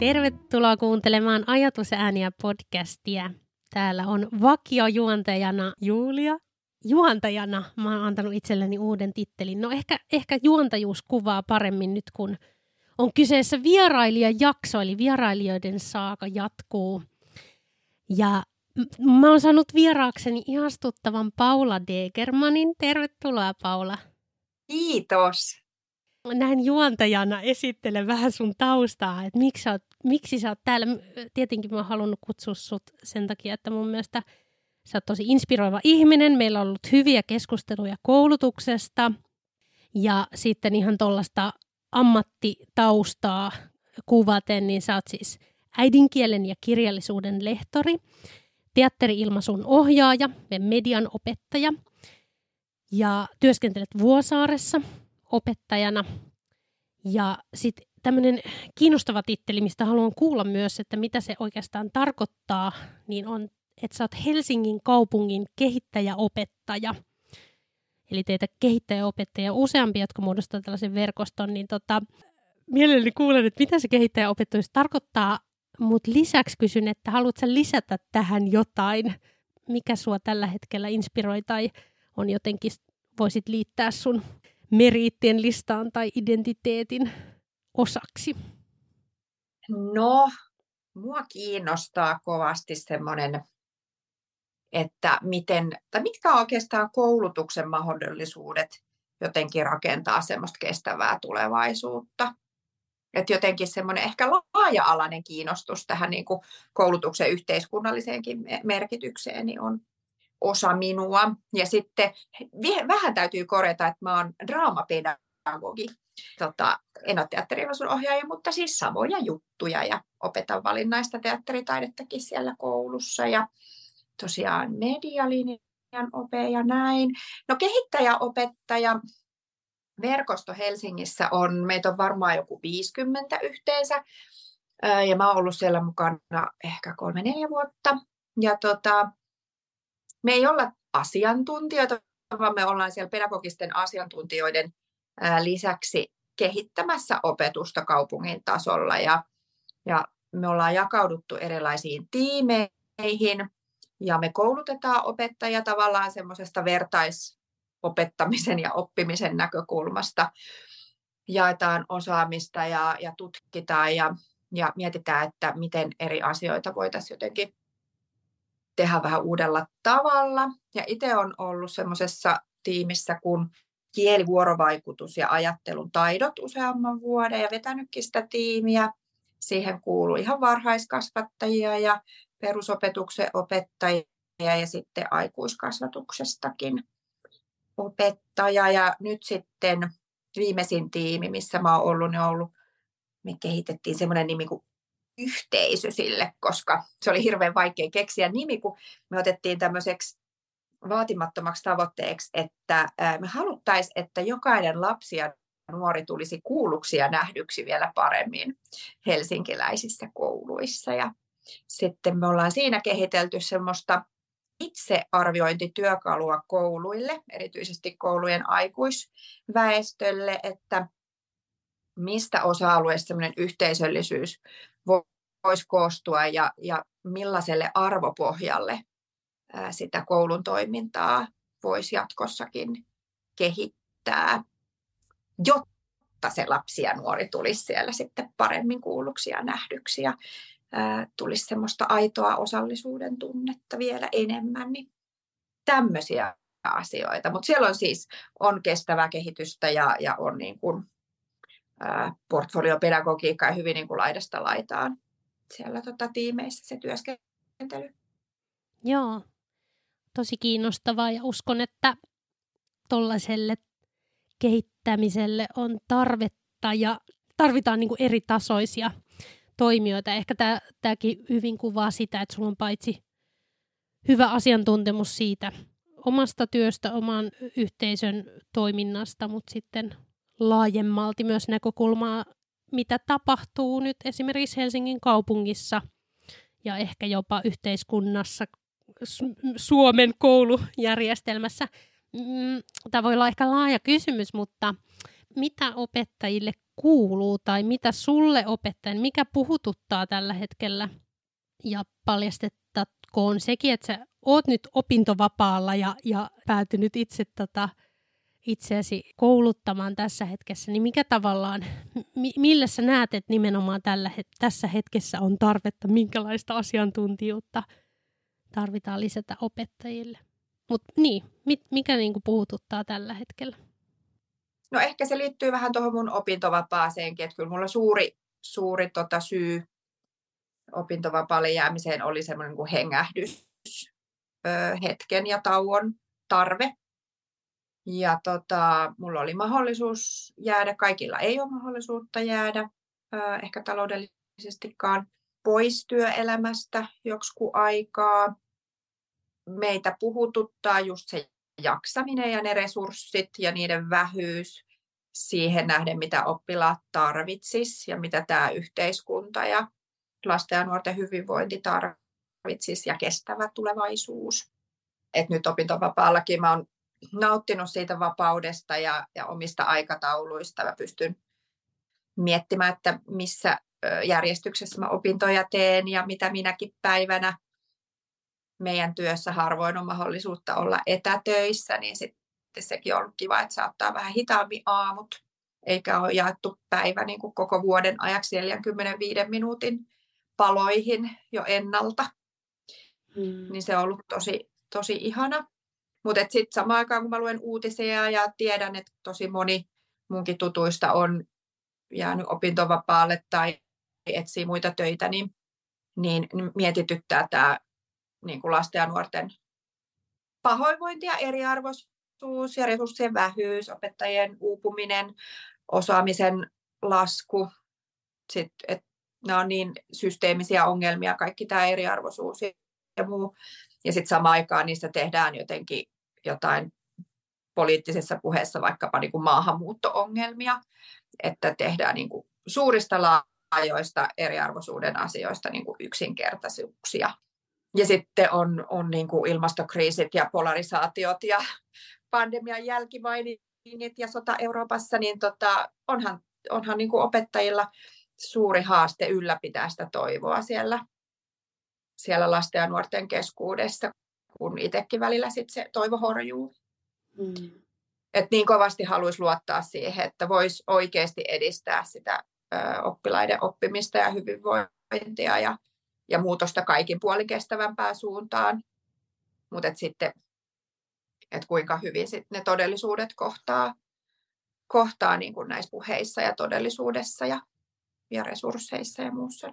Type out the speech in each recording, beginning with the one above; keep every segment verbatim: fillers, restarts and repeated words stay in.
Tervetuloa kuuntelemaan Ajatusääniä podcastia. Täällä on vakiojuontajana Julia. Juontajana mä oon antanut itselleni uuden tittelin. No ehkä, ehkä juontajuus kuvaa paremmin nyt, kun on kyseessä vierailijajakso, eli vierailijoiden saaka jatkuu. Ja mä oon saanut vieraakseni ihastuttavan Paula Degermanin. Tervetuloa, Paula. Kiitos. Näin juontajana esittele vähän sun taustaa, että miksi sä oot, miksi sä oot täällä. Tietenkin mä oon halunnut kutsua sut sen takia, että mun mielestä sä oot tosi inspiroiva ihminen. Meillä on ollut hyviä keskusteluja koulutuksesta ja sitten ihan tuollaista ammattitaustaa kuvaten, niin sä oot siis äidinkielen ja kirjallisuuden lehtori, teatteri-ilmaisun ohjaaja ja median opettaja ja työskentelet Vuosaaressa opettajana. Ja sitten tämmöinen kiinnostava titteli, mistä haluan kuulla myös, että mitä se oikeastaan tarkoittaa, niin on, että sä oot Helsingin kaupungin kehittäjäopettaja. Eli teitä kehittäjäopettajia useampia, jotka muodostaa tällaisen verkoston, niin tota, mielelläni kuulen, että mitä se kehittäjäopettajuus tarkoittaa, mutta lisäksi kysyn, että haluatko sä lisätä tähän jotain, mikä sua tällä hetkellä inspiroi tai on jotenkin, voisit liittää sun meriittien listaan tai identiteetin osaksi? No, mua kiinnostaa kovasti semmoinen, että miten, tai mitkä on oikeastaan koulutuksen mahdollisuudet jotenkin rakentaa semmoista kestävää tulevaisuutta. Että jotenkin semmoinen ehkä laaja-alainen kiinnostus tähän niin kuin koulutuksen yhteiskunnalliseenkin merkitykseen niin on osa minua. Ja sitten vähän täytyy korjata, että mä oon draamapedagogi. Tota, en ole teatteri-ilmaisun ohjaaja, mutta siis samoja juttuja ja opetan valinnaista teatteritaidettakin siellä koulussa. Ja tosiaan medialinjan ope ja näin. No kehittäjäopettaja verkosto Helsingissä on, meitä on varmaan joku viisikymmentä yhteensä. Ja mä oon ollut siellä mukana ehkä kolme neljä vuotta. Ja tota, me ei olla asiantuntijoita, vaan me ollaan siellä pedagogisten asiantuntijoiden lisäksi kehittämässä opetusta kaupungin tasolla. Ja, ja me ollaan jakauduttu erilaisiin tiimeihin ja me koulutetaan opettajia tavallaan semmoisesta vertaisopettamisen ja oppimisen näkökulmasta. Jaetaan osaamista ja, ja tutkitaan ja, ja mietitään, että miten eri asioita voitaisiin jotenkin tehdä vähän uudella tavalla. Ja itse olen ollut semmoisessa tiimissä kuin kielivuorovaikutus ja ajattelun taidot useamman vuoden ja vetänytkin sitä tiimiä. Siihen kuuluu ihan varhaiskasvattajia ja perusopetuksen opettajia ja sitten aikuiskasvatuksestakin opettaja. Ja nyt sitten viimeisin tiimi, missä mä oon ollut, niin on ollut, me kehitettiin semmoinen nimi kuin yhteisö sille, koska se oli hirveän vaikea keksiä nimi, kun me otettiin tämmöiseksi vaatimattomaksi tavoitteeksi, että me haluttaisiin, että jokainen lapsi ja nuori tulisi kuulluksi ja nähdyksi vielä paremmin helsinkiläisissä kouluissa. Ja sitten me ollaan siinä kehitelty semmoista itsearviointityökalua kouluille, erityisesti koulujen aikuisväestölle, että mistä osa-alueesta semmoinen yhteisöllisyys voisi koostua ja, ja millaiselle arvopohjalle ää, sitä koulun toimintaa voisi jatkossakin kehittää, jotta se lapsi ja nuori tulisi siellä sitten paremmin kuulluksi ja nähdyksi ja ää, tulisi semmoista aitoa osallisuuden tunnetta vielä enemmän. Niin tämmöisiä asioita, mutta siellä on siis on kestävää kehitystä ja, ja on niin kuin portfoliopedagogiikka ja hyvin niin kuin laidasta laitaan siellä tota, tiimeissä se työskentely. Joo, tosi kiinnostavaa ja uskon, että tuollaiselle kehittämiselle on tarvetta ja tarvitaan niin kuin eri tasoisia toimijoita. Ehkä tämäkin hyvin kuvaa sitä, että sulla on paitsi hyvä asiantuntemus siitä omasta työstä, oman yhteisön toiminnasta, mutta sitten laajemmalti myös näkökulmaa, mitä tapahtuu nyt esimerkiksi Helsingin kaupungissa ja ehkä jopa yhteiskunnassa, Suomen koulujärjestelmässä. Tämä voi olla ehkä laaja kysymys, mutta mitä opettajille kuuluu tai mitä sulle opettajan, mikä puhututtaa tällä hetkellä? Ja paljastettakoon sekin, että sä oot nyt opintovapaalla ja, ja päätynyt itse tota, itseäsi kouluttamaan tässä hetkessä, niin mikä tavallaan, mi- millä sä näet, että nimenomaan tällä het- tässä hetkessä on tarvetta, minkälaista asiantuntijuutta tarvitaan lisätä opettajille? Mutta niin, mit- mikä niinku puhututtaa tällä hetkellä? No ehkä se liittyy vähän tuohon mun opintovapaaseenkin, että kyllä mulla suuri, suuri tota syy opintovapaalle jäämiseen oli semmoinen kuin hengähdys, öö, hetken ja tauon tarve. Ja tota, mulla oli mahdollisuus jäädä, kaikilla ei ole mahdollisuutta jäädä, öö, ehkä taloudellisestikaan, pois työelämästä joksikin aikaa. Meitä puhututtaa just se jaksaminen ja ne resurssit ja niiden vähyys siihen nähden, mitä oppilaat tarvitsis ja mitä tämä yhteiskunta ja lasten ja nuorten hyvinvointi tarvitsis ja kestävä tulevaisuus. Et nyt opintovapaallakin mä oon nauttinut siitä vapaudesta ja, ja omista aikatauluista. Mä pystyn miettimään, että missä järjestyksessä mä opintoja teen ja mitä minäkin päivänä. Meidän työssä harvoin on mahdollisuutta olla etätöissä, niin sitten sekin on ollut kiva, että saattaa vähän hitaammin aamut, eikä ole jaettu päivä niin kuin koko vuoden ajaksi neljänkymmenenviiden minuutin paloihin jo ennalta. Mm. Niin se on ollut tosi, tosi ihana. Mutta sitten samaan aikaan, kun mä luen uutisia ja tiedän, että tosi moni munkin tutuista on jäänyt opintovapaalle tai etsii muita töitä, niin, niin mietityttää tämä niin kuin lasten ja nuorten pahoinvointi ja eriarvoisuus ja resurssien vähyys, opettajien uupuminen, osaamisen lasku. Sitten, että nämä on niin systeemisiä ongelmia, kaikki tämä eriarvoisuus ja muu. Ja sitten samaan aikaan niistä tehdään jotenkin jotain poliittisessa puheessa vaikkapa niin kuin maahanmuutto-ongelmia, että tehdään niin kuin suurista laajoista eriarvoisuuden asioista niin kuin yksinkertaisuuksia. Ja sitten on, on niin kuin ilmastokriisit ja polarisaatiot ja pandemian jälkimainingit ja sota Euroopassa, niin tota, onhan, onhan niin kuin opettajilla suuri haaste ylläpitää sitä toivoa siellä, siellä lasten ja nuorten keskuudessa, kun itsekin välillä sit se toivo horjuu. Mm. Et niin kovasti haluaisi luottaa siihen, että voisi oikeasti edistää sitä ö, oppilaiden oppimista ja hyvinvointia ja ja muutosta kaikin puolin kestävämpään suuntaan, mutta et sitten, et kuinka hyvin sit ne todellisuudet kohtaa, kohtaa niin kuin näissä puheissa ja todellisuudessa ja, ja resursseissa ja muussa.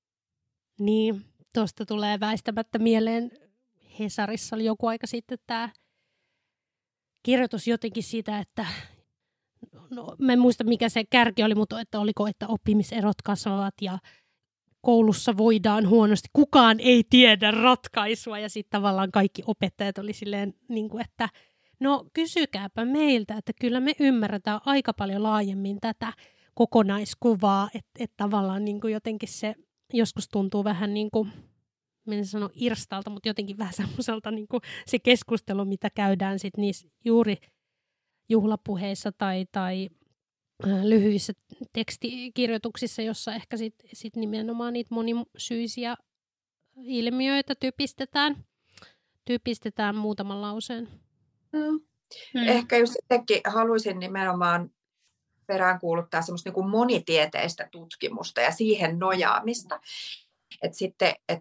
Niin, tuosta tulee väistämättä mieleen, Hesarissa oli joku aika sitten tämä kirjoitus jotenkin siitä, että no, mä en muista mikä se kärki oli, mutta että oliko, että oppimiserot kasvavat ja koulussa voidaan huonosti, kukaan ei tiedä ratkaisua ja sitten tavallaan kaikki opettajat oli silleen, niin kuin, että no kysykääpä meiltä, että kyllä me ymmärretään aika paljon laajemmin tätä kokonaiskuvaa, että, että tavallaan niin kuin jotenkin se joskus tuntuu vähän niin kuin, en sano irstalta, mutta jotenkin vähän semmoiselta niin kuin se keskustelu, mitä käydään sitten niissä juuri juhlapuheissa tai, tai lyhyissä tekstikirjoituksissa, jossa ehkä sit, sit nimenomaan niitä monisyisiä ilmiöitä typistetään, typistetään muutaman lauseen. Hmm. Hmm. Ehkä just sittenkin haluaisin nimenomaan peräänkuuluttaa semmoista niin kuin monitieteistä tutkimusta ja siihen nojaamista. Et sitten, et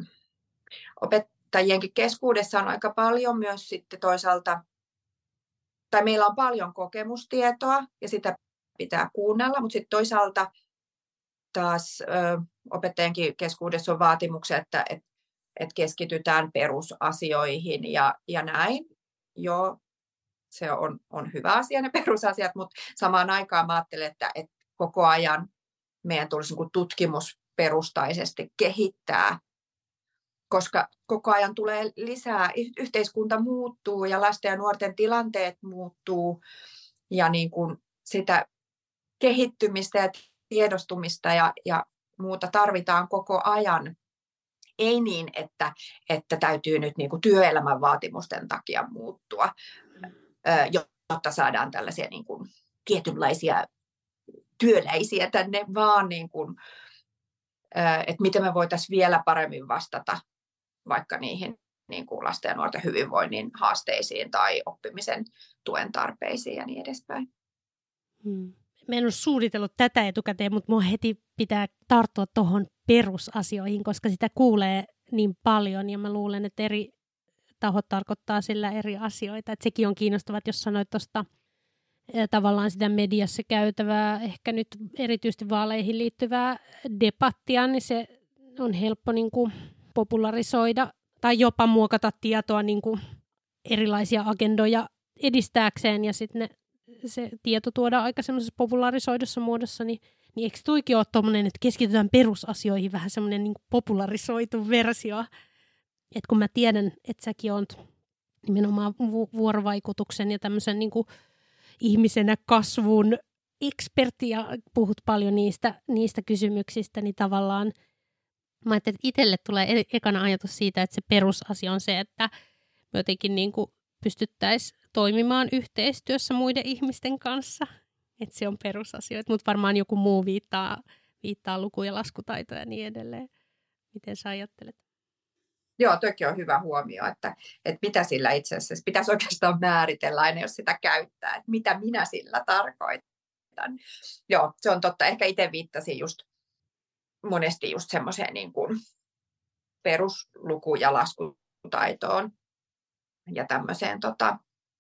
opettajienkin keskuudessa on aika paljon myös sitten toisaalta, tai meillä on paljon kokemustietoa ja sitä pitää kuunnella, mutta sitten toisaalta taas ö, opettajienkin keskuudessa on vaatimuksia, että et, et keskitytään perusasioihin ja, ja näin. Joo, se on, on hyvä asia ne perusasiat, mutta samaan aikaan mä ajattelen, että, että koko ajan meidän tulisi niin tutkimusperustaisesti kehittää, koska koko ajan tulee lisää, yhteiskunta muuttuu ja lasten ja nuorten tilanteet muuttuu ja niin kuin sitä kehittymistä ja tiedostumista ja, ja muuta tarvitaan koko ajan. Ei niin, että, että täytyy nyt niin kuin työelämän vaatimusten takia muuttua, jotta saadaan tällaisia niin kuin tietynlaisia työläisiä tänne, vaan niin kuin, että miten me voitaisiin vielä paremmin vastata vaikka niihin niin kuin lasten ja nuorten hyvinvoinnin haasteisiin tai oppimisen tuen tarpeisiin ja niin edespäin. Hmm. Mä en ole suunnitellut tätä etukäteen, mutta mua heti pitää tarttua tuohon perusasioihin, koska sitä kuulee niin paljon ja mä luulen, että eri tahot tarkoittaa sillä eri asioita. Että sekin on kiinnostavaa, että jos sanoit tuosta tavallaan sitä mediassa käytävää, ehkä nyt erityisesti vaaleihin liittyvää debattia, niin se on helppo niin kuin popularisoida tai jopa muokata tietoa niin kuin erilaisia agendoja edistääkseen ja sitten se tieto tuodaan aika semmoisessa popularisoidussa muodossa, niin, niin eikö tuikin ole tommoinen, että keskitytään perusasioihin, vähän semmoinen niin kuin popularisoitu versio. Että kun mä tiedän, että säkin oot nimenomaan vuorovaikutuksen ja tämmöisen niin kuin ihmisenä kasvun ekspertti ja puhut paljon niistä, niistä kysymyksistä, niin tavallaan mä ajattelin, että itselle tulee ekana ajatus siitä, että se perusasia on se, että me jotenkin niin kuin pystyttäisiin toimimaan yhteistyössä muiden ihmisten kanssa. Että se on perusasioita, mutta varmaan joku muu viittaa, viittaa luku- ja laskutaitoja ja niin edelleen. Miten sä ajattelet? Joo, toki on hyvä huomio, että, että mitä sillä itse asiassa pitäisi oikeastaan määritellä aina, jos sitä käyttää, että mitä minä sillä tarkoitan. Joo, se on totta. Ehkä itse viittasin just monesti just semmoiseen niin kuin perusluku- ja laskutaitoon ja tämmöiseen tota,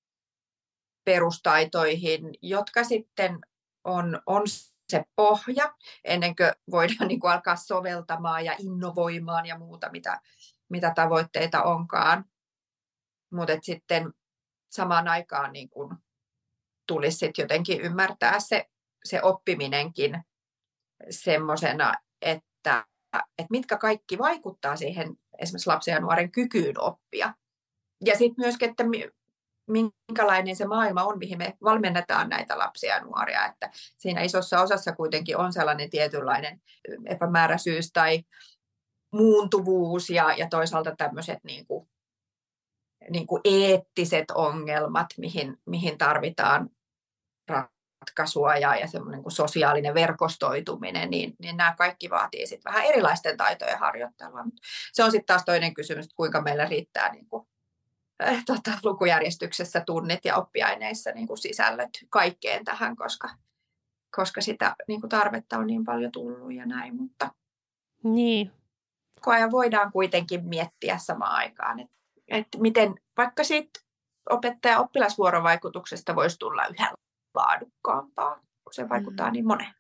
perustaitoihin, jotka sitten on, on se pohja, ennen kuin voidaan niin kuin alkaa soveltamaan ja innovoimaan ja muuta, mitä, mitä tavoitteita onkaan. Mutta sitten samaan aikaan niin kuin tulisi sit jotenkin ymmärtää se, se oppiminenkin semmoisena, että, että mitkä kaikki vaikuttaa siihen esimerkiksi lapsen ja nuoren kykyyn oppia. Ja sitten myöskin, että minkälainen se maailma on, mihin me valmennetaan näitä lapsia ja nuoria. Että siinä isossa osassa kuitenkin on sellainen tietynlainen epämääräisyys tai muuntuvuus ja, ja toisaalta tämmöiset niin kuin, niin kuin eettiset ongelmat, mihin, mihin tarvitaan ratkaisua ja, ja semmoinen kuin sosiaalinen verkostoituminen, niin, niin nämä kaikki vaatii sitten vähän erilaisten taitojen harjoittelua. Se on sitten taas toinen kysymys, että kuinka meillä riittää niin kuin Äh, tota, lukujärjestyksessä tunnit ja oppiaineissa niin kuin sisällöt kaikkeen tähän, koska, koska sitä niin kuin tarvetta on niin paljon tullut ja näin. Mutta niin. koko ajan voidaan kuitenkin miettiä samaan aikaan, että, että miten vaikka siitä opettaja-oppilasvuorovaikutuksesta voisi tulla yhä laadukkaampaa, kun se vaikuttaa mm. niin moneen.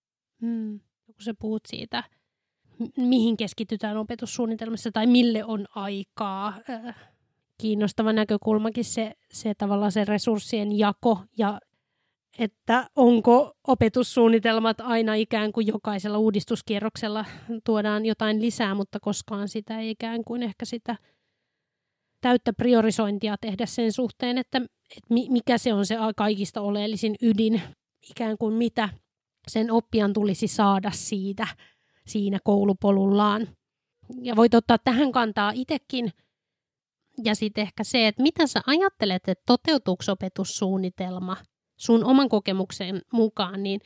Mm. Kun sä puhut siitä, mihin keskitytään opetussuunnitelmassa tai mille on aikaa, äh. kiinnostava näkökulmakin se, se tavallaan se resurssien jako ja että onko opetussuunnitelmat aina ikään kuin jokaisella uudistuskierroksella tuodaan jotain lisää, mutta koskaan sitä ei ikään kuin ehkä sitä täyttä priorisointia tehdä sen suhteen, että, että mikä se on se kaikista oleellisin ydin, ikään kuin mitä sen oppijan tulisi saada siitä siinä koulupolullaan. Ja voit ottaa tähän kantaa itsekin. Ja sitten ehkä se, että mitä sä ajattelet, että toteutuuko opetussuunnitelma sun oman kokemuksen mukaan, niin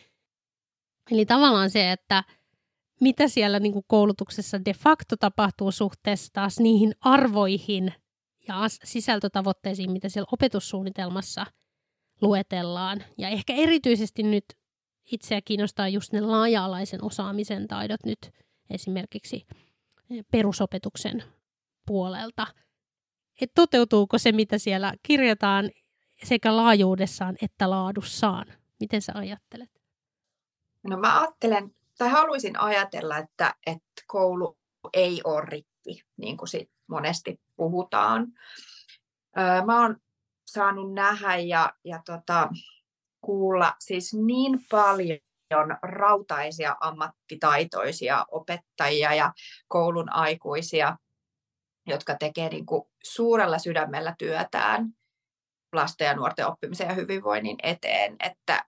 eli tavallaan se, että mitä siellä niin kuin koulutuksessa de facto tapahtuu suhteessa taas niihin arvoihin ja sisältötavoitteisiin, mitä siellä opetussuunnitelmassa luetellaan. Ja ehkä erityisesti nyt itseä kiinnostaa just ne laaja-alaisen osaamisen taidot nyt esimerkiksi perusopetuksen puolelta. Että toteutuuko se, mitä siellä kirjataan sekä laajuudessaan että laadussaan? Miten sä ajattelet? No mä ajattelen, tai haluaisin ajatella, että, että koulu ei ole rikki, niin kuin sit monesti puhutaan. Öö, mä oon saanut nähdä ja, ja tota, kuulla siis niin paljon rautaisia ammattitaitoisia opettajia ja koulun aikuisia, jotka tekee niin kuin suurella sydämellä työtään lasten ja nuorten oppimisen ja hyvinvoinnin eteen, että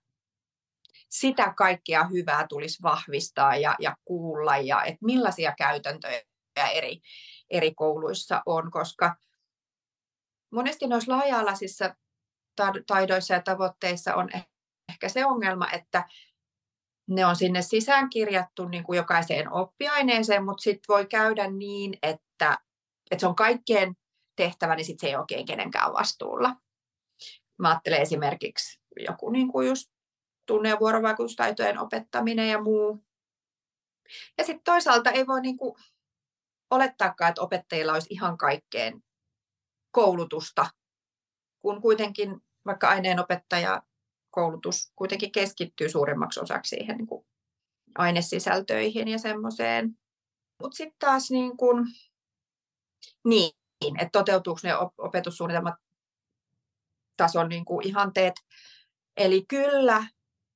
sitä kaikkea hyvää tulisi vahvistaa ja, ja kuulla, ja että millaisia käytäntöjä eri, eri kouluissa on, koska monesti noissa laaja-alaisissa taidoissa ja tavoitteissa on ehkä se ongelma, että ne on sinne sisään kirjattu niin kuin jokaiseen oppiaineeseen, mutta sitten voi käydä niin, että, että se on kaikkien tehtävä, niin sitten se ei oikein kenenkään vastuulla. Mä ajattelen esimerkiksi joku niin kuin just tunne- ja vuorovaikutustaitojen opettaminen ja muu. Ja sitten toisaalta ei voi niin kuin olettaakaan, että opettajilla olisi ihan kaikkeen koulutusta, kun kuitenkin vaikka aineenopettajakoulutus kuitenkin keskittyy suurimmaksi osaksi siihen niin kuin ainesisältöihin ja semmoiseen. Mutta sitten taas niin, kuin, niin, että toteutuuko ne opetussuunnitelmat tason niin kuin ihanteet. Eli kyllä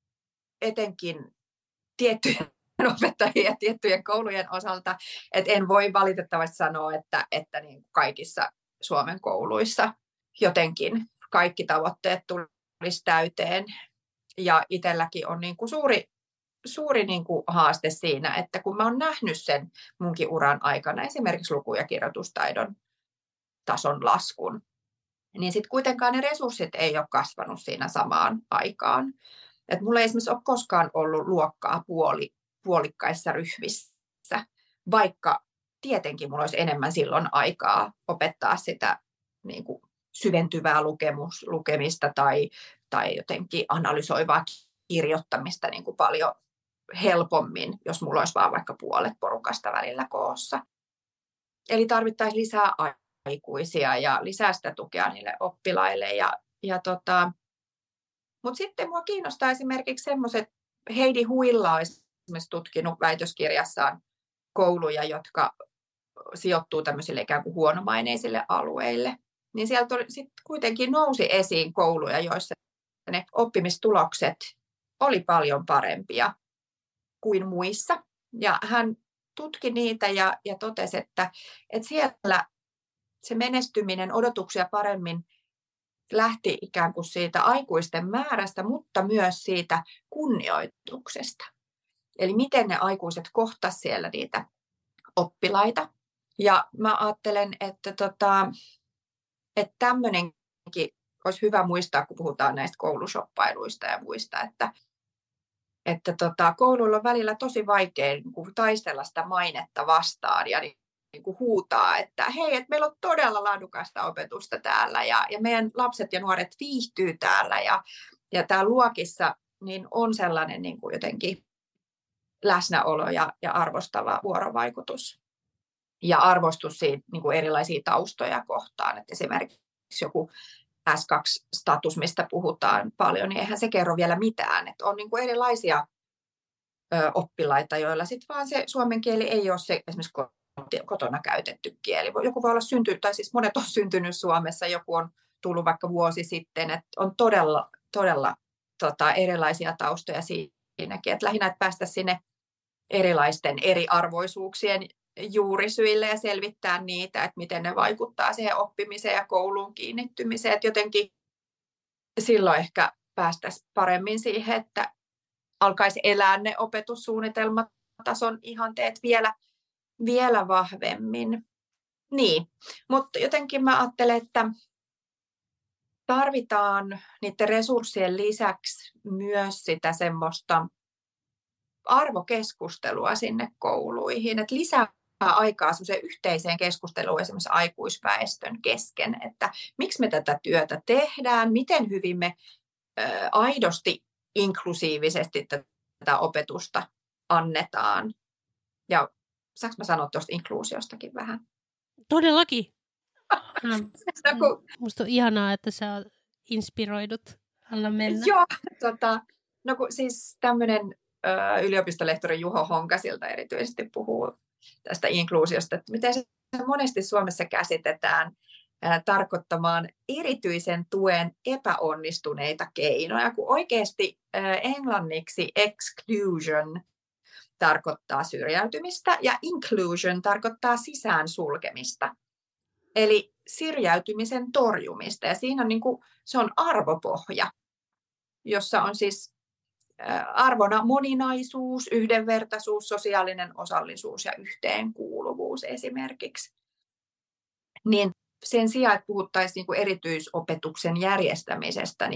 etenkin tiettyjen opettajien ja tiettyjen koulujen osalta, että en voi valitettavasti sanoa, että, että niin kaikissa Suomen kouluissa jotenkin kaikki tavoitteet tulisi täyteen. Ja itselläkin on niin kuin suuri, suuri niin kuin haaste siinä, että kun mä oon nähnyt sen munkin uran aikana, esimerkiksi luku- ja kirjoitustaidon tason laskun, niin sitten kuitenkaan ne resurssit ei ole kasvanut siinä samaan aikaan. Et mulla ei esimerkiksi ole koskaan ollut luokkaa puoli, puolikkaissa ryhmissä, vaikka tietenkin mulla olisi enemmän silloin aikaa opettaa sitä niin kuin syventyvää lukemus, lukemista tai, tai jotenkin analysoivaa kirjoittamista niin kuin paljon helpommin, jos mulla olisi vaan vaikka puolet porukasta välillä koossa. Eli tarvittaisiin lisää aikuisia ja lisää sitä tukea niille oppilaille. Ja, ja tota, mutta sitten mua kiinnostaa esimerkiksi semmoiset, Heidi Huilla on esimerkiksi tutkinut väitöskirjassaan kouluja, jotka sijoittuu tämmöisille ikään kuin huonomaineisille alueille. Niin sieltä sitten kuitenkin nousi esiin kouluja, joissa ne oppimistulokset oli paljon parempia kuin muissa. Ja hän tutki niitä ja, ja totesi, että, että siellä se menestyminen odotuksia paremmin lähti ikään kuin siitä aikuisten määrästä, mutta myös siitä kunnioituksesta. Eli miten ne aikuiset kohtasivat siellä niitä oppilaita. Ja mä ajattelen, että, tota, että tämmöinenkin olisi hyvä muistaa, kun puhutaan näistä koulushoppailuista ja muista, että, että tota, kouluilla on välillä tosi vaikea niin kuin taistella sitä mainetta vastaan ja niin, niin kuin huutaa, että hei, että meillä on todella laadukasta opetusta täällä ja, ja meidän lapset ja nuoret viihtyy täällä ja, ja täällä luokissa niin on sellainen niin kuin jotenkin läsnäolo ja, ja arvostava vuorovaikutus. Ja arvostus siitä, niin kuin erilaisia taustoja kohtaan. Että esimerkiksi joku S kaksi-status, mistä puhutaan paljon, niin eihän se kerro vielä mitään. Että on niin kuin erilaisia ö, oppilaita, joilla sitten vaan se suomen kieli ei ole se esimerkiksi kotona käytetty kieli. Joku voi olla syntynyt, tai siis monet on syntynyt Suomessa, joku on tullut vaikka vuosi sitten. Että on todella, todella tota, erilaisia taustoja siinäkin. Että lähinnä, että päästä sinne erilaisten eriarvoisuuksien juurisyille ja selvittää niitä, että miten ne vaikuttaa siihen oppimiseen ja kouluun kiinnittymiseen. Että jotenkin silloin ehkä päästäisiin paremmin siihen, että alkaisi elää ne opetussuunnitelmatason ihanteet vielä, vielä vahvemmin. Niin, mutta jotenkin mä ajattelen, että tarvitaan niiden resurssien lisäksi myös sitä semmoista arvokeskustelua sinne kouluihin, että lisää aikaa semmoiseen yhteiseen keskusteluun esimerkiksi aikuisväestön kesken, että miksi me tätä työtä tehdään, miten hyvin me ö, aidosti inklusiivisesti tätä opetusta annetaan. Ja saanko mä sanoa tuosta inkluusiostakin vähän? Todellakin. Musta on ihanaa, että sä inspiroidut. Anna mennä. Joo, tota, no kun siis tämmöinen yliopistolehtori Juho Honkasilta erityisesti puhuu tästä inkluusiosta, että miten se monesti Suomessa käsitetään ää, tarkoittamaan erityisen tuen epäonnistuneita keinoja, kun oikeasti ää, englanniksi exclusion tarkoittaa syrjäytymistä ja inclusion tarkoittaa sisään sulkemista. Eli syrjäytymisen torjumista ja siinä on niin kuin, se on arvopohja, jossa on siis arvona moninaisuus, yhdenvertaisuus, sosiaalinen osallisuus ja yhteenkuuluvuus esimerkiksi. Niin sen sijaan, että puhuttaisiin niin kuin erityisopetuksen järjestämisestä, niin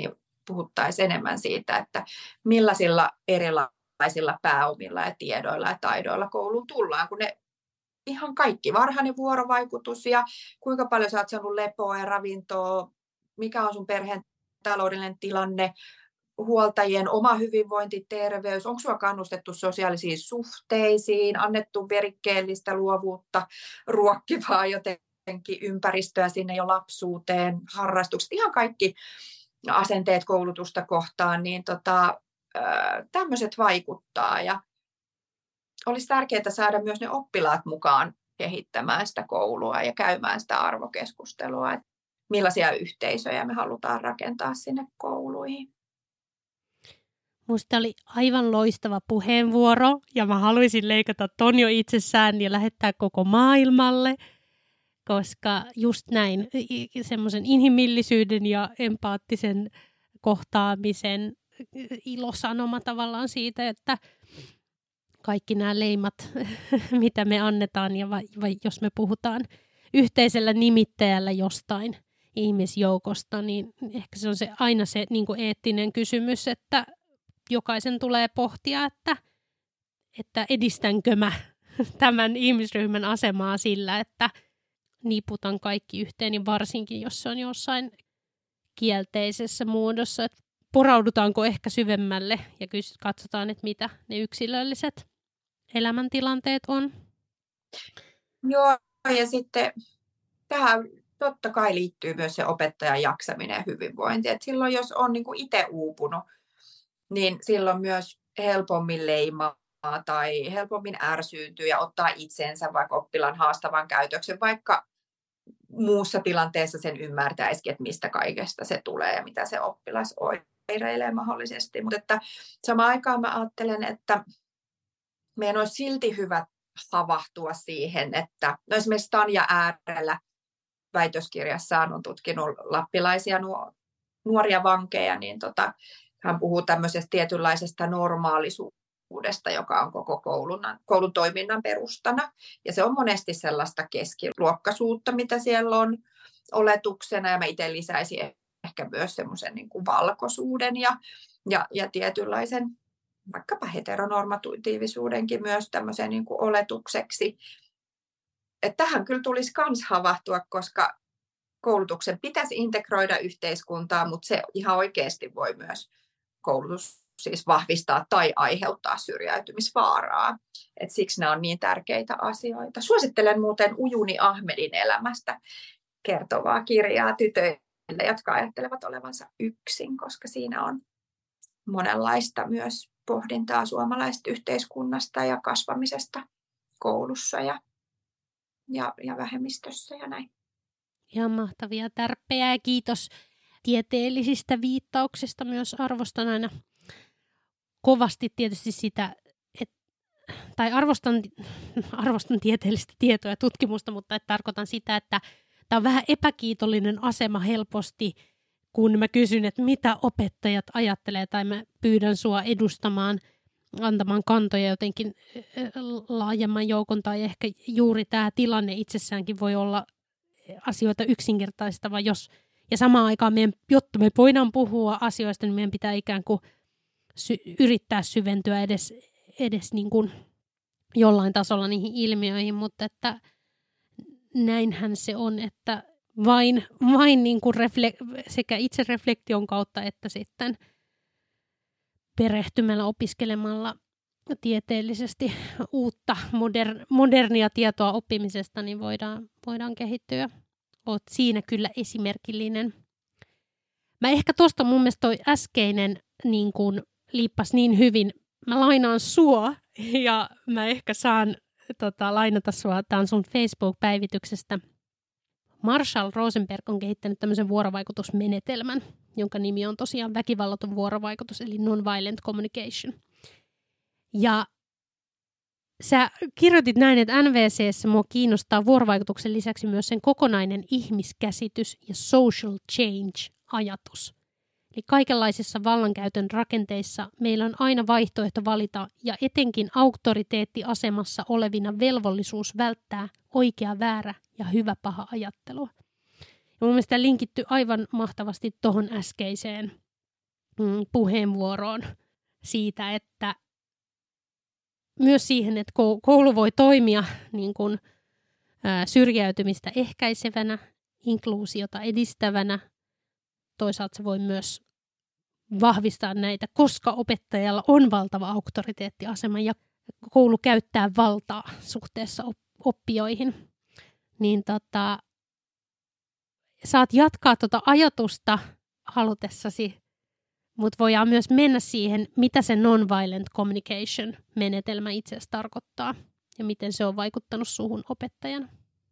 puhuttaisiin enemmän siitä, että millaisilla erilaisilla pääomilla ja tiedoilla ja taidoilla kouluun tullaan, kun ne ihan kaikki, varhainen vuorovaikutus ja kuinka paljon sä oot saanut lepoa ja ravintoa, mikä on sun perheen taloudellinen tilanne, huoltajien oma hyvinvointi, terveys, onko sua kannustettu sosiaalisiin suhteisiin, annettu verikkeellistä luovuutta, ruokkivaa jotenkin ympäristöä sinne jo lapsuuteen, harrastukset, ihan kaikki asenteet koulutusta kohtaan, niin tota, tämmöiset vaikuttaa ja olisi tärkeää saada myös ne oppilaat mukaan kehittämään sitä koulua ja käymään sitä arvokeskustelua, että millaisia yhteisöjä me halutaan rakentaa sinne kouluihin. Musta oli aivan loistava puheenvuoro ja mä haluaisin leikata ton jo itsessään ja lähettää koko maailmalle, koska just näin, semmoisen inhimillisyyden ja empaattisen kohtaamisen ilosanoma tavallaan siitä, että kaikki nämä leimat, mitä me annetaan, ja vai, vai jos me puhutaan yhteisellä nimittäjällä jostain ihmisjoukosta, niin ehkä se on se, aina se niin kuin eettinen kysymys, että jokaisen tulee pohtia, että, että edistänkö mä tämän ihmisryhmän asemaa sillä, että niputan kaikki yhteen, niin varsinkin jos se on jossain kielteisessä muodossa, että poraudutaanko ehkä syvemmälle ja katsotaan, että mitä ne yksilölliset elämäntilanteet on. Joo, ja sitten tähän totta kai liittyy myös se opettajan jaksaminen ja hyvinvointi. Et silloin jos on niin kuin itse uupunut, niin silloin myös helpommin leimaa tai helpommin ärsyyntyy ja ottaa itsensä vaikka oppilaan haastavan käytöksen, vaikka muussa tilanteessa sen ymmärtäisikin, että mistä kaikesta se tulee ja mitä se oppilas oireilee mahdollisesti. Mutta että samaan aikaan mä ajattelen, että meidän olisi silti hyvä havahtua siihen, että no esimerkiksi Tanja Äärellä väitöskirjassaan on tutkinut lappilaisia nuoria vankeja, niin tota, hän puhuu tämmöisestä tietynlaisesta normaalisuudesta, joka on koko koulun, koulun toiminnan perustana. Ja se on monesti sellaista keskiluokkaisuutta, mitä siellä on oletuksena. Ja mä itse lisäisin ehkä myös semmoisen niin kuin valkoisuuden ja, ja, ja tietynlaisen vaikkapa heteronormatiivisuudenkin myös tämmöisen niin kuin oletukseksi. Että tähän kyllä tulisi myös havahtua, koska koulutuksen pitäisi integroida yhteiskuntaa, mutta se ihan oikeasti voi myös koulutus siis vahvistaa tai aiheuttaa syrjäytymisvaaraa. Et siksi nämä on niin tärkeitä asioita. Suosittelen muuten Ujuni Ahmedin elämästä kertovaa kirjaa tytöille, jotka ajattelevat olevansa yksin, koska siinä on monenlaista myös pohdintaa suomalaisesta yhteiskunnasta ja kasvamisesta koulussa ja, ja, ja vähemmistössä ja näin. Ihan mahtavia tärppejä ja kiitos tieteellisistä viittauksista. Myös arvostan aina kovasti tietysti sitä, et, tai arvostan, arvostan tieteellistä tietoa ja tutkimusta, mutta et tarkoitan sitä, että tämä on vähän epäkiitollinen asema helposti, kun mä kysyn, että mitä opettajat ajattelee, tai mä pyydän sua edustamaan, antamaan kantoja jotenkin laajemman joukon, tai ehkä juuri tämä tilanne itsessäänkin voi olla asioita yksinkertaistava, jos, ja samaan aikaan meidän, jotta me voidaan puhua asioista, niin meidän pitää ikään kuin sy- yrittää syventyä edes, edes niin kuin jollain tasolla niihin ilmiöihin, mutta että näinhän se on, että vain, vain niin kuin refle- sekä itse reflektion kautta että sitten perehtymällä, opiskelemalla tieteellisesti uutta moder- modernia tietoa oppimisesta, niin voidaan, voidaan kehittyä. Oot siinä kyllä esimerkillinen. Mä ehkä tuosta mun mielestä toi äskeinen niin kun liippas niin hyvin. Mä lainaan sua ja mä ehkä saan tota, lainata sua. Tää on sun Facebook-päivityksestä. Marshall Rosenberg on kehittänyt tämmöisen vuorovaikutusmenetelmän, jonka nimi on tosiaan väkivallaton vuorovaikutus, eli nonviolent communication. Ja sä kirjoitit näin, että N V C:ssä mua kiinnostaa vuorovaikutuksen lisäksi myös sen kokonainen ihmiskäsitys ja social change-ajatus. Eli kaikenlaisissa vallankäytön rakenteissa meillä on aina vaihtoehto valita ja etenkin auktoriteettiasemassa olevina velvollisuus välttää oikea, väärä ja hyvä paha ajattelua. Ja mun mielestä linkitty aivan mahtavasti tuohon äskeiseen mm, puheenvuoroon siitä, että myös siihen, että koulu voi toimia niin kuin, ää, syrjäytymistä ehkäisevänä, inkluusiota edistävänä. Toisaalta se voi myös vahvistaa näitä, koska opettajalla on valtava auktoriteettiasema ja koulu käyttää valtaa suhteessa oppijoihin. Niin tota, saat jatkaa tuota ajatusta halutessasi, mutta voidaan myös mennä siihen, mitä se non-violent communication-menetelmä itse asiassa tarkoittaa ja miten se on vaikuttanut suhun opettajana.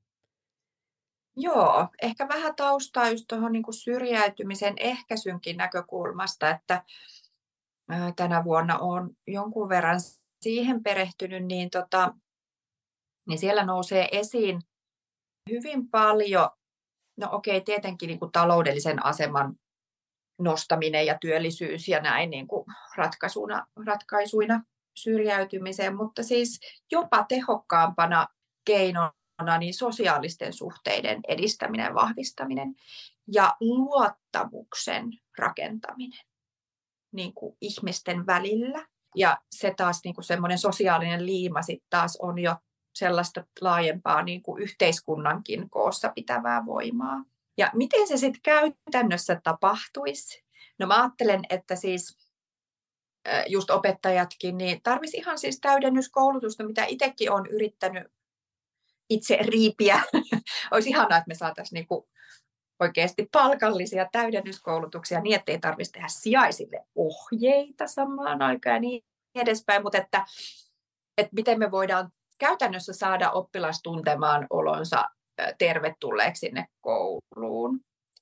Joo, ehkä vähän taustaa just tuohon niin kuin syrjäytymisen ehkäisynkin näkökulmasta, että ää, tänä vuonna olen jonkun verran siihen perehtynyt, niin, tota, niin siellä nousee esiin hyvin paljon, no okei, tietenkin niin kuin taloudellisen aseman nostaminen ja työllisyys ja näin niin kuin ratkaisuna, ratkaisuina syrjäytymiseen, mutta siis jopa tehokkaampana keinona niin sosiaalisten suhteiden edistäminen ja vahvistaminen ja luottamuksen rakentaminen niin kuin ihmisten välillä. Ja se taas niin kuin semmoinen sosiaalinen liima sitten taas on jo sellaista laajempaa niin kuin yhteiskunnankin koossa pitävää voimaa. Ja miten se sitten käytännössä tapahtuisi? No mä ajattelen, että siis just opettajatkin, niin tarvisi ihan siis täydennyskoulutusta, mitä itsekin olen yrittänyt itse riipiä. Olisi ihanaa, että me saataisiin niinku oikeasti palkallisia täydennyskoulutuksia niin, ettei tarvitsisi tehdä sijaisille ohjeita samaan aikaan ja niin edespäin, mutta että, että miten me voidaan käytännössä saada oppilas tuntemaan olonsa tervetulleeksi sinne kouluun.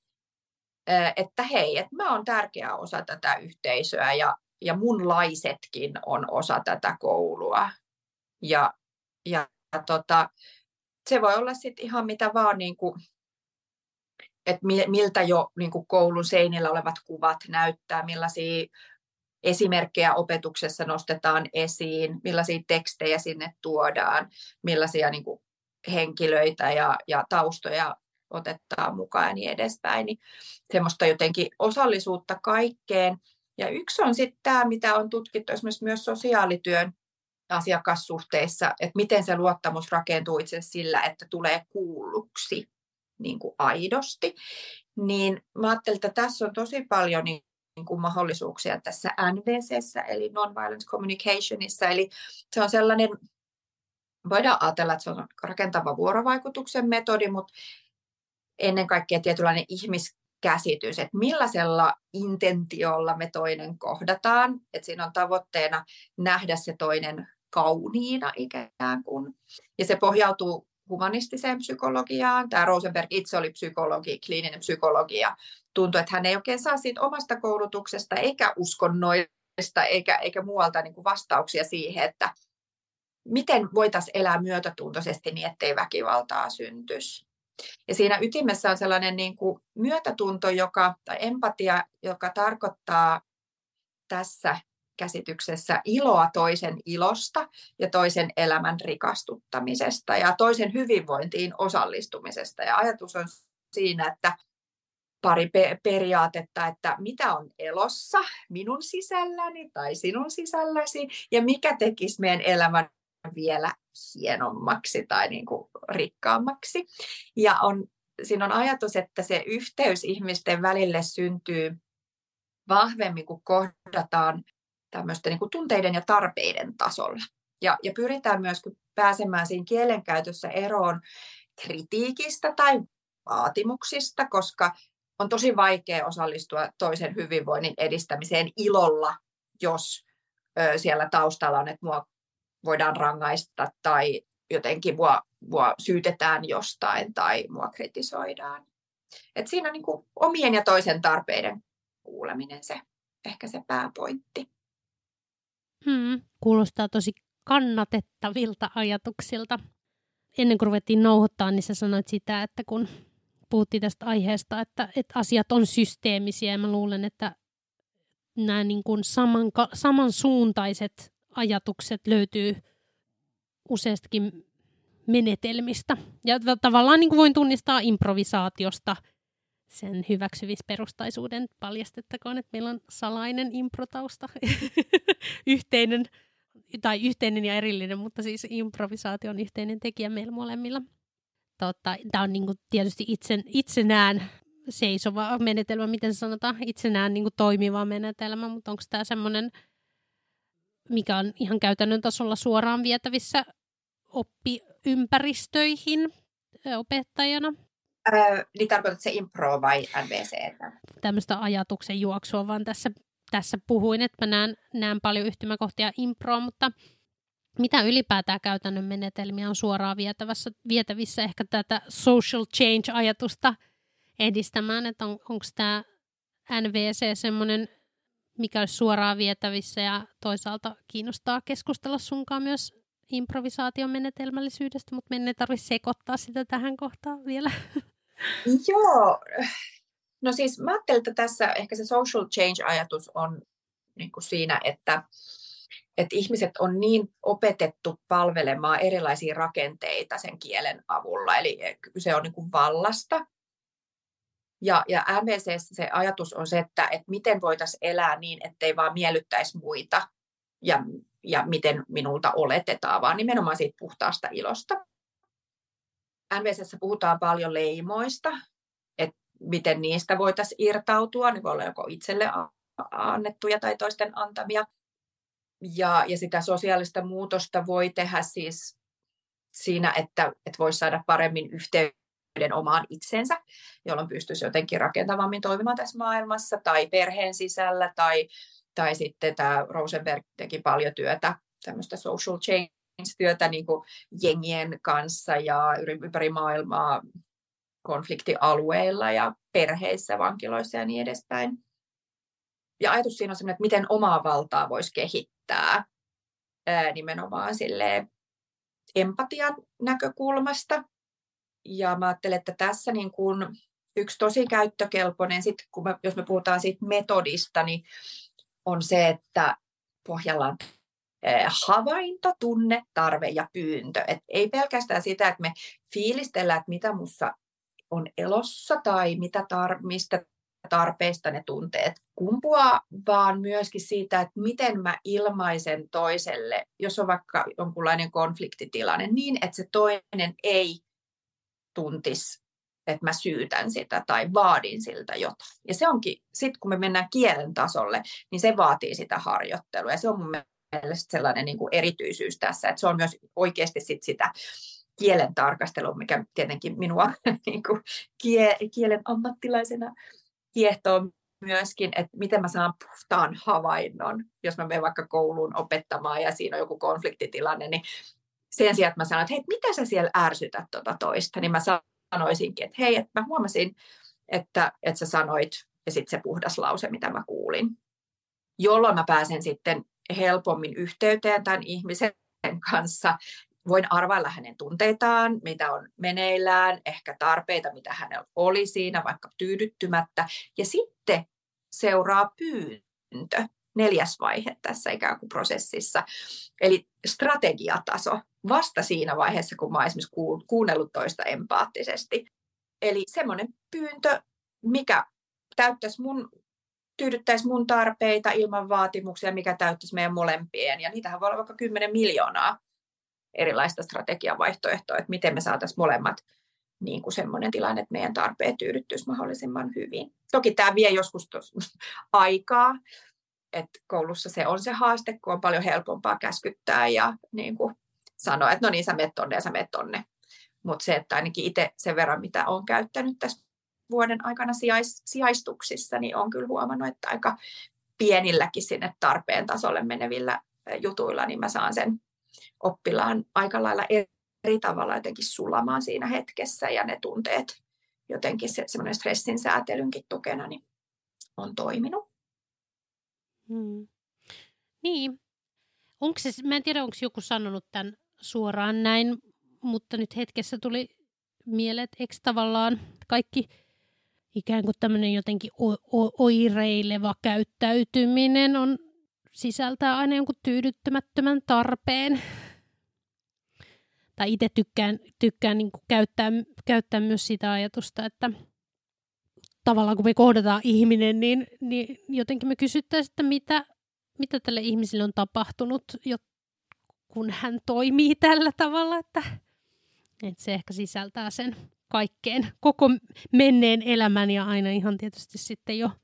Että hei, että mä oon tärkeä osa tätä yhteisöä ja, ja munlaisetkin on osa tätä koulua. Ja, ja tota, se voi olla sitten ihan mitä vaan, niin kuin, että miltä jo niin kuin koulun seinillä olevat kuvat näyttää, millaisia esimerkkejä opetuksessa nostetaan esiin, millaisia tekstejä sinne tuodaan, millaisia niin kuin henkilöitä ja, ja taustoja otetaan mukaan ja niin edespäin. Niin semmoista jotenkin osallisuutta kaikkeen. Ja yksi on sitten tämä, mitä on tutkittu esimerkiksi myös sosiaalityön asiakassuhteissa, että miten se luottamus rakentuu itse sillä, että tulee kuulluksi niin kuin aidosti. Niin mä ajattelin, että tässä on tosi paljon niin niin kuin mahdollisuuksia tässä N V C:ssä, eli Non-Violent Communicationissa. Eli se on sellainen, voidaan ajatella, että se on rakentava vuorovaikutuksen metodi, mutta ennen kaikkea tietynlainen ihmiskäsitys, että millaisella intentiolla me toinen kohdataan. Että siinä on tavoitteena nähdä se toinen kauniina ikään kuin. Ja se pohjautuu humanistiseen psykologiaan. Tämä Rosenberg itse oli psykologi, kliininen psykologi, ja tuntui, että hän ei oikein saa siitä omasta koulutuksesta eikä uskonnoista eikä, eikä muualta niin kuin vastauksia siihen, että miten voitaisiin elää myötätuntoisesti niin, ettei väkivaltaa syntyisi. Ja siinä ytimessä on sellainen niin kuin myötätunto joka, tai empatia, joka tarkoittaa tässä käsityksessä iloa toisen ilosta ja toisen elämän rikastuttamisesta ja toisen hyvinvointiin osallistumisesta. Ja ajatus on siinä, että pari pe- periaatetta, että mitä on elossa minun sisälläni tai sinun sisälläsi ja mikä tekisi meidän elämän vielä hienommaksi tai niin kuin rikkaammaksi. Ja on, siinä on ajatus, että se yhteys ihmisten välille syntyy vahvemmin, kun kohdataan tämmöisten niin kuin tunteiden ja tarpeiden tasolla. Ja, ja pyritään myös pääsemään siinä kielenkäytössä eroon kritiikistä tai vaatimuksista, koska on tosi vaikea osallistua toisen hyvinvoinnin edistämiseen ilolla, jos ö, siellä taustalla on, että mua voidaan rangaista tai jotenkin mua, mua syytetään jostain tai mua kritisoidaan. Et siinä on niin kuin omien ja toisen tarpeiden kuuleminen se, ehkä se pääpointti. Hmm, kuulostaa tosi kannatettavilta ajatuksilta. Ennen kuin ruvettiin nauhoittaa, niin sä sanoit sitä, että kun puhuttiin tästä aiheesta, että, että asiat on systeemisiä ja mä luulen, että nämä niin kuin saman, samansuuntaiset ajatukset löytyy useistakin menetelmistä. Ja tavallaan niin kuin voin tunnistaa improvisaatiosta sen hyväksymisperustaisuuden paljastettakoon, että meillä on salainen improtausta, yhteinen, tai yhteinen ja erillinen, mutta siis improvisaatio on yhteinen tekijä meillä molemmilla. Tota, tämä on niin kuin tietysti itse, itsenään seisova menetelmä, miten sanotaan, itsenään niin kuin toimiva menetelmä, mutta onko tämä semmoinen, mikä on ihan käytännön tasolla suoraan vietävissä oppiympäristöihin opettajana? Öö, niin tarkoitatko se impro vai N V C? Tämmöistä ajatuksen juoksua vaan tässä, tässä puhuin, että mä näen, näen paljon yhtymäkohtia improa, mutta mitä ylipäätään käytännön menetelmiä on suoraan vietävissä, vietävissä ehkä tätä social change-ajatusta edistämään, että on, onko tämä N V C semmoinen, mikä olisi suoraan vietävissä ja toisaalta kiinnostaa keskustella sunkaan myös improvisaation menetelmällisyydestä, mutta meidän ei tarvitse sekoittaa sitä tähän kohtaan vielä. Joo, no siis mä ajattelen, että tässä ehkä se social change-ajatus on niin kuin siinä, että, että ihmiset on niin opetettu palvelemaan erilaisia rakenteita sen kielen avulla, eli se on niin kuin vallasta. Ja, ja N V C:ssä se ajatus on se, että, että miten voitaisiin elää niin, ettei vaan miellyttäisi muita ja, ja miten minulta oletetaan, vaan nimenomaan siitä puhtaasta ilosta. N V C:ssä puhutaan paljon leimoista, että miten niistä voitaisiin irtautua. Ne voi olla joko itselle annettuja tai toisten antamia. Ja, ja sitä sosiaalista muutosta voi tehdä siis siinä, että, että voisi saada paremmin yhteyden omaan itsensä, jolloin pystyisi jotenkin rakentavammin toimimaan tässä maailmassa, tai perheen sisällä, tai, tai sitten tämä Rosenberg teki paljon työtä, tämmöistä social change-työtä niin kuin jengien kanssa ja ympäri maailmaa konfliktialueilla ja perheissä, vankiloissa ja niin edespäin. Ja ajatus siinä on sellainen, että miten omaa valtaa voisi kehittää ää, nimenomaan silleen empatian näkökulmasta. Ja mä ajattelen, että tässä niin kuin yksi tosi käyttökelpoinen, sit kun me, jos me puhutaan siitä metodista, niin on se, että pohjalla on havainto, tunne, tarve ja pyyntö. Et ei pelkästään sitä, että me fiilistellään, että mitä mussa on elossa tai mitä tar- mistä tarpeista ne tunteet kumpuaa, vaan myöskin siitä, että miten mä ilmaisen toiselle, jos on vaikka jonkunlainen konfliktitilanne, niin että se toinen ei tuntisi, että mä syytän sitä tai vaadin siltä jotain. Ja se onkin, sitten kun me mennään kielen tasolle, niin se vaatii sitä harjoittelua. Ja se on mun mielestä sellainen niin kuin erityisyys tässä, että se on myös oikeasti sit sitä kielen tarkastelua, mikä tietenkin minua niin kuin kielen ammattilaisena kiehtoo myöskin, että miten mä saan puhtaan havainnon, jos mä menen vaikka kouluun opettamaan ja siinä on joku konfliktitilanne, niin sen sijaan, että mä sanon, että hei, mitä sä siellä ärsytät tuota toista, niin mä sanoisinkin, että hei, että mä huomasin, että, että sä sanoit, ja sitten se puhdas lause, mitä mä kuulin. Jolloin mä pääsen sitten helpommin yhteyteen tämän ihmisen kanssa. Voin arvailla hänen tunteitaan, mitä on meneillään, ehkä tarpeita, mitä hänellä oli siinä, vaikka tyydyttymättä. Ja sitten seuraa pyyntö, neljäs vaihe tässä ikään kuin prosessissa. Eli strategiataso vasta siinä vaiheessa, kun mä oon esimerkiksi kuunnellut toista empaattisesti. Eli semmoinen pyyntö, mikä täyttäisi mun, tyydyttäisi mun tarpeita ilman vaatimuksia, mikä täyttäisi meidän molempien. Ja niitähän voi olla vaikka kymmenen miljoonaa erilaista strategiavaihtoehtoa, että miten me saataisiin molemmat niin kuin semmoinen tilanne, että meidän tarpeet tyydyttyisi mahdollisimman hyvin. Toki tämä vie joskus aikaa, että koulussa se on se haaste, kun on paljon helpompaa käskyttää ja niin kuin sanoa, että no niin, sä meet tonne ja sä meet tonne. Mutta se, että ainakin itse sen verran, mitä olen käyttänyt tässä vuoden aikana sijais, sijaistuksissa, niin olen kyllä huomannut, että aika pienilläkin sinne tarpeen tasolle menevillä jutuilla, niin mä saan sen oppilaan aika lailla eri tavalla jotenkin sulamaan siinä hetkessä ja ne tunteet jotenkin se, semmoinen stressin säätelynkin tukena niin on toiminut. Hmm. Niin. Onko se, mä en tiedä, onko joku sanonut tämän suoraan näin, mutta nyt hetkessä tuli mieleen, että eikö tavallaan kaikki ikään kuin tämmöinen jotenkin o- o- oireileva käyttäytyminen on sisältää aina jonkun tyydyttämättömän tarpeen. Tai itse tykkään, tykkään niin kuin käyttää, käyttää myös sitä ajatusta, että tavallaan kun me kohdataan ihminen, niin, niin jotenkin me kysyttäisiin, että mitä, mitä tälle ihmiselle on tapahtunut, kun hän toimii tällä tavalla, että, että se ehkä sisältää sen kaikkeen, koko menneen elämän ja aina ihan tietysti sitten jo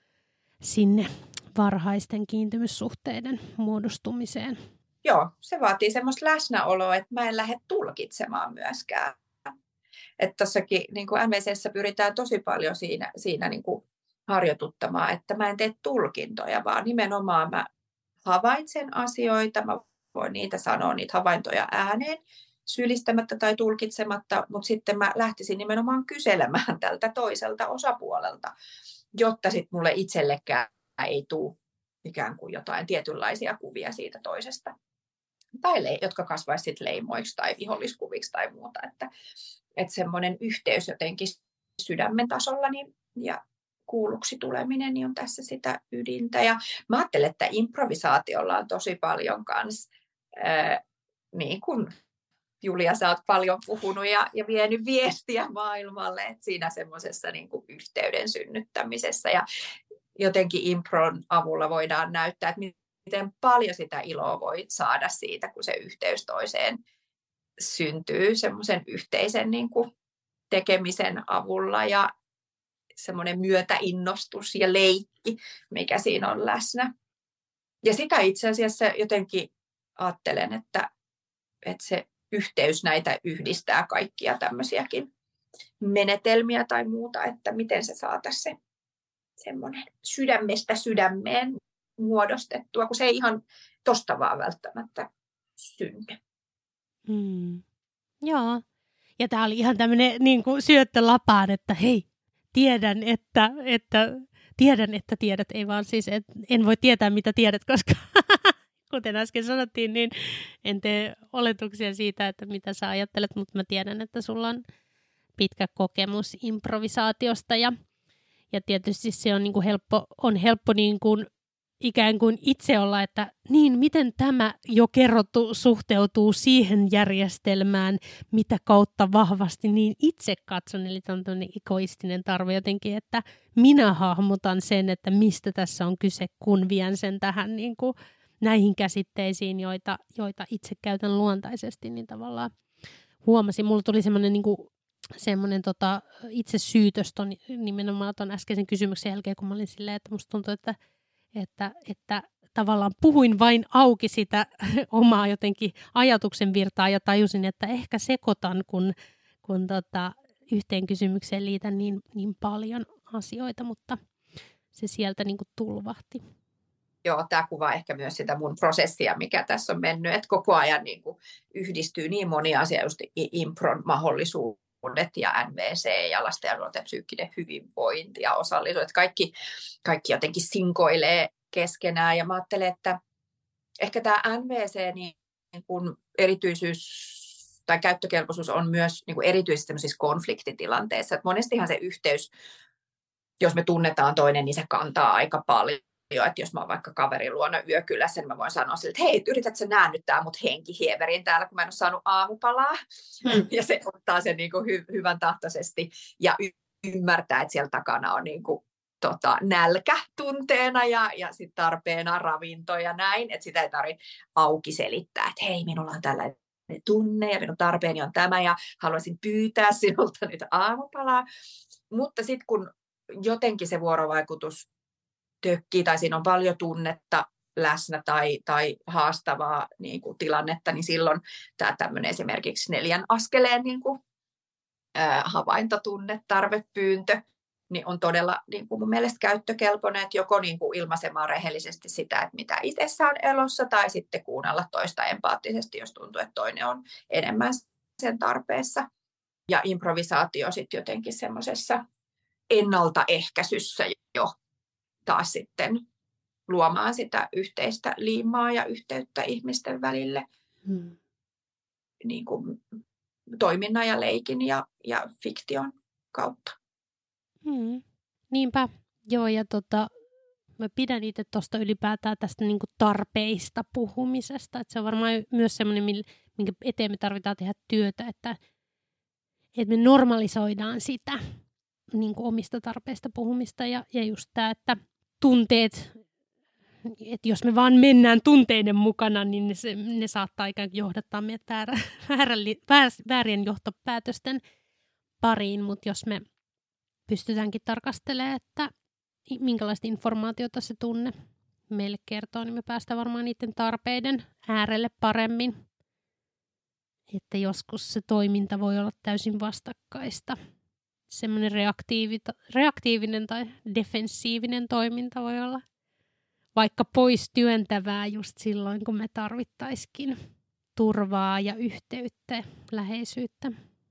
sinne varhaisten kiintymyssuhteiden muodostumiseen. Joo, se vaatii semmoista läsnäoloa, että mä en lähde tulkitsemaan myöskään. Että tossakin niin kuin M V C:ssä pyritään tosi paljon siinä, siinä niin kuin harjoituttamaan, että mä en tee tulkintoja, vaan nimenomaan mä havaitsen asioita, mä voin niitä sanoa, niitä havaintoja ääneen, syyllistämättä tai tulkitsematta, mutta sitten mä lähtisin nimenomaan kyselemään tältä toiselta osapuolelta, jotta sitten mulle itsellekään ei tule ikään kuin jotain tietynlaisia kuvia siitä toisesta, tai le- jotka kasvaisivat sitten leimoiksi tai viholliskuviksi tai muuta, että, että semmoinen yhteys jotenkin sydämen tasolla niin, ja kuulluksi tuleminen niin on tässä sitä ydintä. Ja mä ajattelen, että improvisaatiolla on tosi paljon kanssa, ää, niin kuin Julia, sä oot paljon puhunut ja, ja vienyt viestiä maailmalle, että siinä semmoisessa niin kuin yhteyden synnyttämisessä ja jotenkin impron avulla voidaan näyttää, että miten paljon sitä iloa voit saada siitä, kun se yhteys toiseen syntyy semmoisen yhteisen niin kuin tekemisen avulla ja semmoinen myötäinnostus ja leikki, mikä siinä on läsnä. Ja sitä itse asiassa jotenkin ajattelen, että, että se yhteys näitä yhdistää kaikkia tämmöisiäkin menetelmiä tai muuta, että miten se saataisiin se semmoinen sydämestä sydämeen muodostettua, kun se ei ihan tosta vaan välttämättä synny. Hmm. Joo. Ja tämä oli ihan tämmöinen niin kuin syöttö lapaan, että hei, tiedän, että, että, tiedän, että tiedät. Ei vaan siis, että en voi tietää, mitä tiedät, koska kuten äsken sanottiin, niin en tee oletuksia siitä, että mitä sä ajattelet, mutta mä tiedän, että sulla on pitkä kokemus improvisaatiosta ja, ja tietysti se on, niin kuin helppo, on helppo niin kuin ikään kuin itse olla, että niin, miten tämä jo kerrottu suhteutuu siihen järjestelmään, mitä kautta vahvasti niin itse katson. Eli on tämmöinen egoistinen tarve jotenkin, että minä hahmotan sen, että mistä tässä on kyse, kun vien sen tähän niin kuin näihin käsitteisiin, joita, joita itse käytän luontaisesti, niin tavallaan huomasin. Mulla tuli semmoinen niin kuin semmoinen tota, itse syytös ton, nimenomaan tuon äskeisen kysymyksen jälkeen, kun mä olin silleen, että musta tuntuu, että Että, että tavallaan puhuin vain auki sitä omaa jotenkin ajatuksen virtaa ja tajusin, että ehkä sekoitan, kun, kun tota, yhteen kysymykseen liitän niin, niin paljon asioita, mutta se sieltä niin kuin tulvahti. Joo, tämä kuvaa ehkä myös sitä mun prosessia, mikä tässä on mennyt, että koko ajan niin kuin yhdistyy niin moni asia, just impron mahdollisuudet ja N V C ja lasten ja nuorten psyykkinen hyvinvointi ja osallisuus, että kaikki, kaikki jotenkin sinkoilee keskenään ja mä ajattelen, että ehkä tämä N V C niin kuin erityisyys tai käyttökelpoisuus on myös niin kuin erityisesti sellaisissa konfliktitilanteissa, että monestihan se yhteys, jos me tunnetaan toinen, niin se kantaa aika paljon. Että jos mä oon vaikka kaverin luona yökylässä, niin mä voin sanoa sille, että hei, yrität sä näännyttää mut henkihieverin täällä, kun mä en ole saanut aamupalaa. Mm. Ja se ottaa sen niin kuin hy- hyvän tahtoisesti ja y- ymmärtää, että siellä takana on niin kuin, tota, nälkä tunteena ja, ja sit tarpeena ravinto ja näin. Että sitä ei tarvitse auki selittää, että hei, minulla on tällainen tunne ja minun tarpeeni on tämä ja haluaisin pyytää sinulta nyt aamupalaa. Mutta sitten kun jotenkin se vuorovaikutus tökkii tai siinä on paljon tunnetta läsnä tai, tai haastavaa niin kuin tilannetta, niin silloin tämä tämmöinen esimerkiksi neljän askeleen niin kuin, ää, havaintotunne, tarvepyyntö, niin on todella niin kuin mun mielestä käyttökelpoinen, että joko niin kuin ilmaisemaan rehellisesti sitä, että mitä itsessä on elossa, tai sitten kuunnella toista empaattisesti, jos tuntuu, että toinen on enemmän sen tarpeessa. Ja improvisaatio sitten jotenkin semmoisessa ennaltaehkäisyssä jo taas sitten luomaan sitä yhteistä liimaa ja yhteyttä ihmisten välille hmm. niin kuin toiminnan ja leikin ja, ja fiktion kautta. Hmm. Niinpä, joo, ja tota, mä pidän itse tuosta ylipäätään tästä niin kuin tarpeista puhumisesta, että se on varmaan myös semmoinen, minkä eteen me tarvitaan tehdä työtä, että, että me normalisoidaan sitä, niin kuin omista tarpeista puhumista ja, ja just tämä, että tunteet, että jos me vaan mennään tunteiden mukana, niin ne, se, ne saattaa ikään kuin johdattaa meidät väärä, väärä, väär, väärien johtopäätösten pariin, mutta jos me pystytäänkin tarkastelemaan, että minkälaista informaatiota se tunne meille kertoo, niin me päästään varmaan niiden tarpeiden äärelle paremmin. Että joskus se toiminta voi olla täysin vastakkaista. Semmoinen reaktiivinen tai defensiivinen toiminta voi olla vaikka pois työntävää just silloin, kun me tarvittaisikin turvaa ja yhteyttä, läheisyyttä.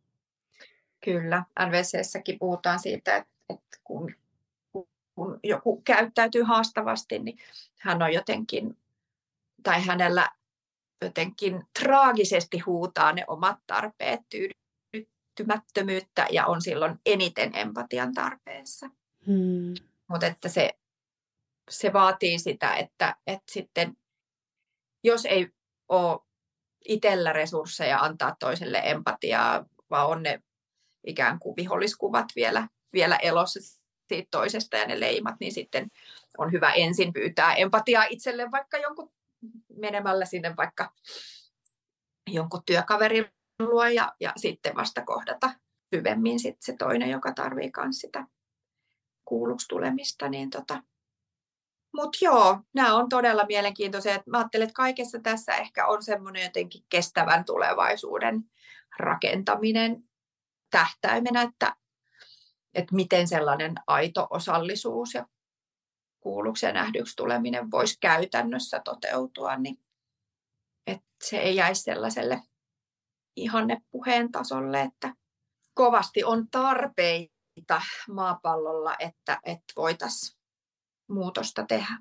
Kyllä, N V C:ssäkin puhutaan siitä, että, että kun, kun joku käyttäytyy haastavasti, niin hän on jotenkin, tai hänellä jotenkin traagisesti huutaa ne omat tarpeet, tyydyttymättömyyttä ja on silloin eniten empatian tarpeessa. Hmm. Mutta että se, se vaatii sitä, että, että sitten jos ei ole itsellä resursseja antaa toiselle empatiaa, vaan on ne ikään kuin viholliskuvat vielä, vielä elossa siitä toisesta ja ne leimat, niin sitten on hyvä ensin pyytää empatiaa itselle vaikka jonkun menemällä sinne vaikka jonkun työkaverin luo ja, ja sitten vasta kohdata syvemmin sit se toinen, joka tarvitsee myös sitä kuulluksi tulemista. Niin tota. Mutta joo, nämä on todella mielenkiintoisia. Mä ajattelen, että kaikessa tässä ehkä on semmoinen jotenkin kestävän tulevaisuuden rakentaminen tähtäimenä, että, että miten sellainen aito osallisuus ja kuulluksi ja nähdyksi tuleminen voisi käytännössä toteutua, niin että se ei jäisi sellaiselle ihannepuheen tasolle, että kovasti on tarpeita maapallolla, että, että voitaisiin muutosta tehdä.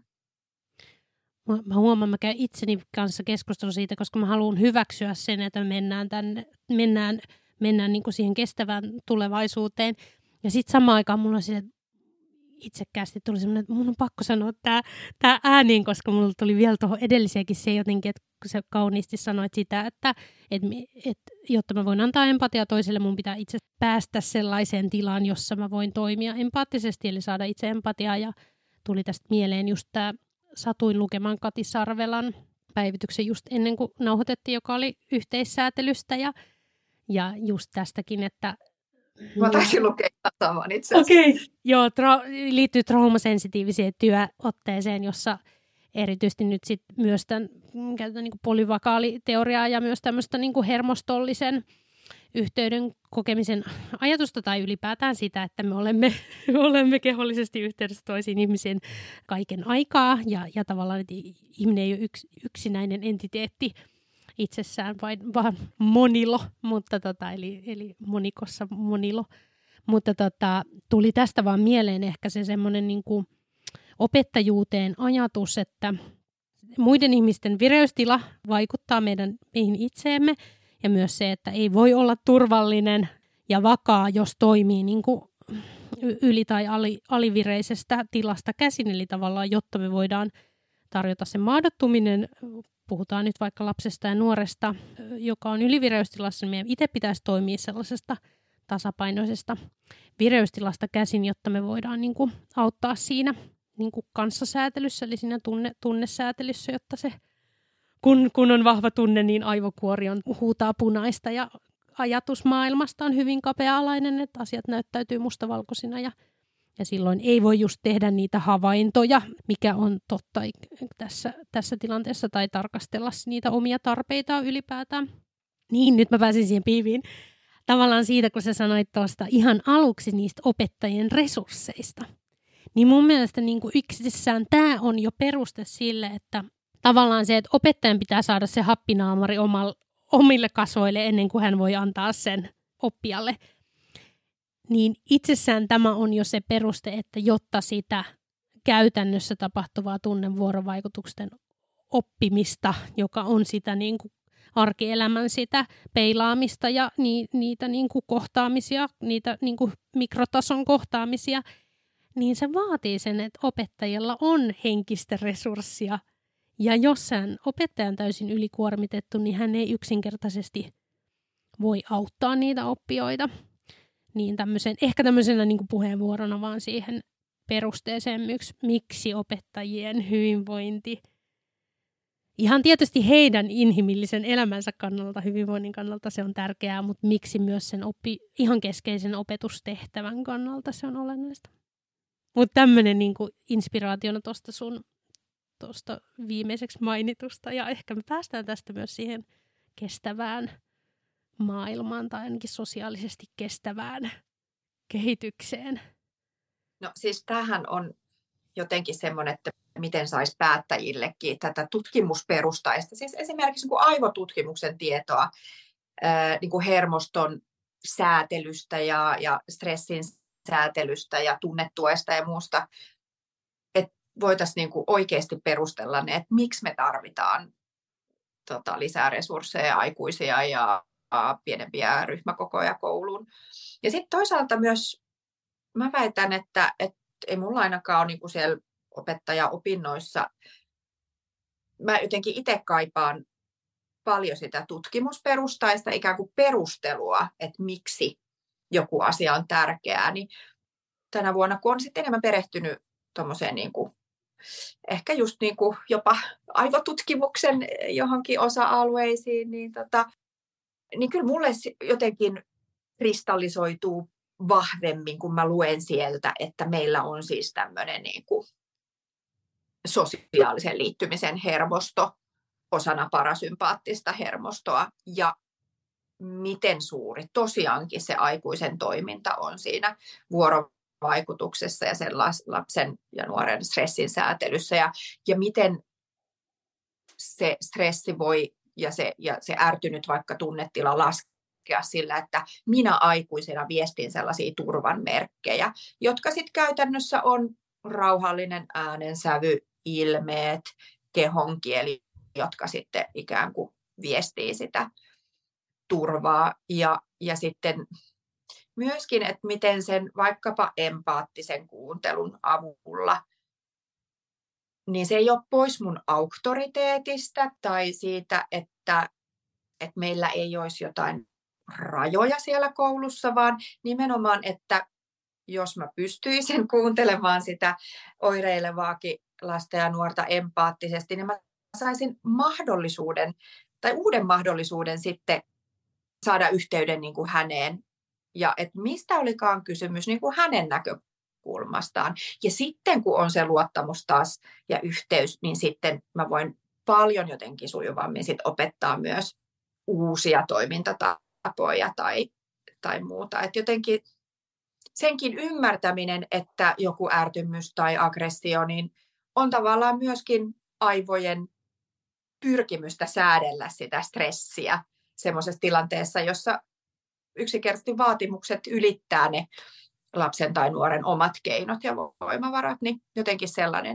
Mä huomaan, mä käyn itseni kanssa keskustelua siitä, koska mä haluan hyväksyä sen, että mennään, tänne, mennään, mennään niin kuin siihen kestävään tulevaisuuteen. Ja sitten samaan aikaan mulla on sille, itsekkäästi tuli semmoinen, että mun on pakko sanoa tämä, tämä ääniin, koska mulla tuli vielä tuohon edellisiäkin se jotenkin, että kun sä kauniisti sanoit sitä, että, että, että jotta mä voin antaa empatiaa toiselle, mun pitää itse päästä sellaiseen tilaan, jossa mä voin toimia empaattisesti, eli saada itse empatiaa. Ja tuli tästä mieleen just tämä, satuin lukemaan Kati Sarvelan päivityksen just ennen kuin nauhoitettiin, joka oli yhteissäätelystä ja, ja just tästäkin, että mä taisin lukea saman itse asiassa. Okei. Okay. Joo, tra- liittyy traumasensitiiviseen työotteeseen, jossa erityisesti nyt sit myös tämän, käytetään niin kuin polyvakaaliteoriaa ja myös tämmöistä niin kuin hermostollisen yhteyden kokemisen ajatusta tai ylipäätään sitä, että me olemme, me olemme kehollisesti yhteydessä toisiin ihmisiin kaiken aikaa ja, ja tavallaan, että ihminen ei ole yks, yksinäinen entiteetti itsessään, vain, vaan monilo, mutta tota, eli, eli monikossa monilo. Mutta tota, tuli tästä vaan mieleen ehkä se semmoinen niin kuin opettajuuteen ajatus, että muiden ihmisten vireystila vaikuttaa meidän, meihin itseemme ja myös se, että ei voi olla turvallinen ja vakaa, jos toimii niin kuin yli- tai ali, alivireisestä tilasta käsin, eli tavallaan, jotta me voidaan tarjota se mahdottuminen. Puhutaan nyt vaikka lapsesta ja nuoresta, joka on ylivireystilassa, niin meidän itse pitäisi toimia sellaisesta tasapainoisesta vireystilasta käsin, jotta me voidaan niin kuin auttaa siinä niin kuin kanssasäätelyssä, eli siinä tunne, tunnesäätelyssä, jotta se, kun, kun on vahva tunne, niin aivokuori on huutaa punaista ja ajatusmaailmasta on hyvin kapea-alainen, että asiat näyttäytyy mustavalkoisina ja Ja silloin ei voi just tehdä niitä havaintoja, mikä on totta tässä, tässä tilanteessa, tai tarkastella niitä omia tarpeitaan ylipäätään. Niin, nyt mä pääsin siihen piiviin. Tavallaan siitä, kun sä sanoit tuosta ihan aluksi niistä opettajien resursseista. Niin mun mielestä niin kuin yksissään tämä on jo peruste sille, että tavallaan se, että opettajan pitää saada se happinaamari omal, omille kasvoille ennen kuin hän voi antaa sen oppijalle. Niin itsessään tämä on jo se peruste, että jotta sitä käytännössä tapahtuvaa tunnevuorovaikutusten oppimista, joka on sitä niin kuin arkielämän sitä peilaamista ja ni, niitä niin kuin kohtaamisia, niitä niin kuin mikrotason kohtaamisia, niin se vaatii sen, että opettajalla on henkistä resurssia. Ja jos hän opettaja on täysin ylikuormitettu, niin hän ei yksinkertaisesti voi auttaa niitä oppijoita. niin tämmöisen, ehkä tämmöisenä niin kuin puheenvuorona vaan siihen perusteeseen, miksi, miksi opettajien hyvinvointi, ihan tietysti heidän inhimillisen elämänsä kannalta, hyvinvoinnin kannalta se on tärkeää, mutta miksi myös sen oppi, ihan keskeisen opetustehtävän kannalta se on olennaista. Mutta tämmöinen niin kuin inspiraationa tuosta sun tuosta viimeiseksi mainitusta, ja ehkä me päästään tästä myös siihen kestävään maailmaan tai ainakin sosiaalisesti kestävään kehitykseen. No siis tämähän on jotenkin semmoinen, että miten saisi päättäjillekin tätä tutkimusperustaista, siis esimerkiksi niin kuin aivotutkimuksen tietoa ää, niin kuin hermoston säätelystä ja, ja stressin säätelystä ja tunnetuesta ja muusta, että voitaisiin niin kuin oikeasti perustella ne, että miksi me tarvitaan tota, lisää resursseja, aikuisia ja pienempiä ryhmäkokoja kouluun. Ja sitten toisaalta myös mä väitän, että, että ei mulla ainakaan ole niin kuin siellä opettajaopinnoissa. Mä jotenkin itse kaipaan paljon sitä tutkimusperustaista ikään kuin perustelua, että miksi joku asia on tärkeää. Niin tänä vuonna, kun on sitten enemmän perehtynyt tuommoiseen niin kuin, ehkä just niin kuin jopa aivotutkimuksen johonkin osa-alueisiin, niin, tota, niin kyllä mulle jotenkin kristallisoituu vahvemmin, kun mä luen sieltä, että meillä on siis tämmöinen niin kuin sosiaalisen liittymisen hermosto osana parasympaattista hermostoa ja miten suuri tosiaankin se aikuisen toiminta on siinä vuorovaikutuksessa ja sen lapsen ja nuoren stressin säätelyssä ja, ja miten se stressi voi ja se, ja se ärtynyt vaikka tunnetila laskea sillä, että minä aikuisena viestin sellaisia turvan merkkejä, jotka sitten käytännössä on rauhallinen äänensävy, ilmeet, kehonkieli, jotka sitten ikään kuin viestii sitä turvaa. Ja, ja sitten myöskin, että miten sen vaikkapa empaattisen kuuntelun avulla, niin se ei ole pois mun auktoriteetista tai siitä, että, että meillä ei olisi jotain rajoja siellä koulussa, vaan nimenomaan, että jos mä pystyisin kuuntelemaan sitä oireilevaakin lasta ja nuorta empaattisesti, niin mä saisin mahdollisuuden tai uuden mahdollisuuden sitten saada yhteyden niin kuin häneen ja että mistä olikaan kysymys niin kuin hänen näkökulmastaan. Ja sitten kun on se luottamus taas ja yhteys, niin sitten mä voin paljon jotenkin sujuvammin sit opettaa myös uusia toimintatapoja tai, tai muuta. Et jotenkin senkin ymmärtäminen, että joku ärtymys tai aggressio, niin on tavallaan myöskin aivojen pyrkimystä säädellä sitä stressiä semmoisessa tilanteessa, jossa yksinkertaisesti vaatimukset ylittää ne lapsen tai nuoren omat keinot ja voimavarat, niin jotenkin sellainen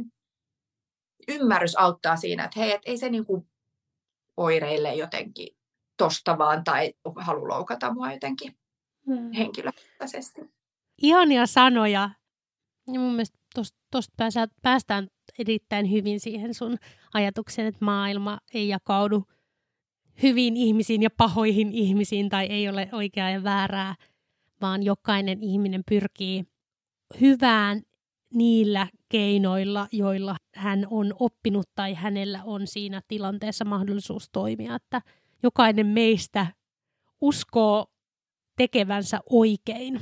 ymmärrys auttaa siinä, että hei, et ei se niinku oireille jotenkin tosta vaan tai halu loukata mua jotenkin hmm. henkilökohtaisesti. Ihania sanoja. Ja mun mielestä tuosta päästään erittäin hyvin siihen sun ajatukseen, että maailma ei jakaudu hyviin ihmisiin ja pahoihin ihmisiin tai ei ole oikeaa ja väärää, vaan jokainen ihminen pyrkii hyvään niillä keinoilla, joilla hän on oppinut tai hänellä on siinä tilanteessa mahdollisuus toimia. Että jokainen meistä uskoo tekevänsä oikein.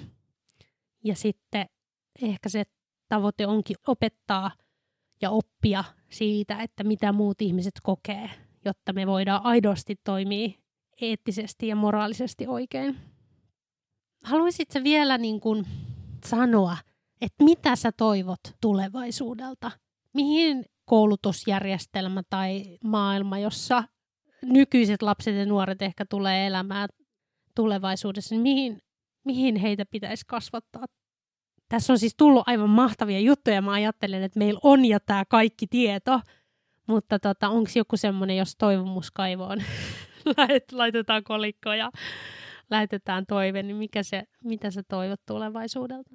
Ja sitten ehkä se tavoite onkin opettaa ja oppia siitä, että mitä muut ihmiset kokee, jotta me voidaan aidosti toimia eettisesti ja moraalisesti oikein. Haluaisitko vielä niin kuin sanoa, että mitä sä toivot tulevaisuudelta? Mihin koulutusjärjestelmä tai maailma, jossa nykyiset lapset ja nuoret ehkä tulee elämään tulevaisuudessa, niin mihin, mihin heitä pitäisi kasvattaa? Tässä on siis tullut aivan mahtavia juttuja. Mä ajattelen, että meillä on jo tämä kaikki tieto, mutta tota, onko joku semmoinen, jos toivomuskaivoon laitetaan kolikko ja lähetetään toive, niin mikä se, mitä sä toivot tulevaisuudelta?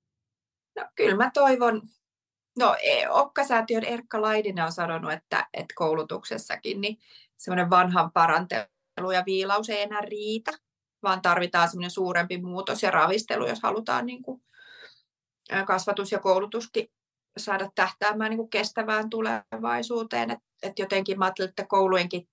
No kyllä mä toivon, no Okka-säätiön Erkka Laidinen on sanonut, että, että koulutuksessakin niin semmoinen vanhan parantelu ja viilaus ei enää riitä, vaan tarvitaan semmoinen suurempi muutos ja ravistelu, jos halutaan niin kuin kasvatus ja koulutuskin saada tähtäämään niin kuin kestävään tulevaisuuteen. Et, et jotenkin mä ajattelen, että koulujenkin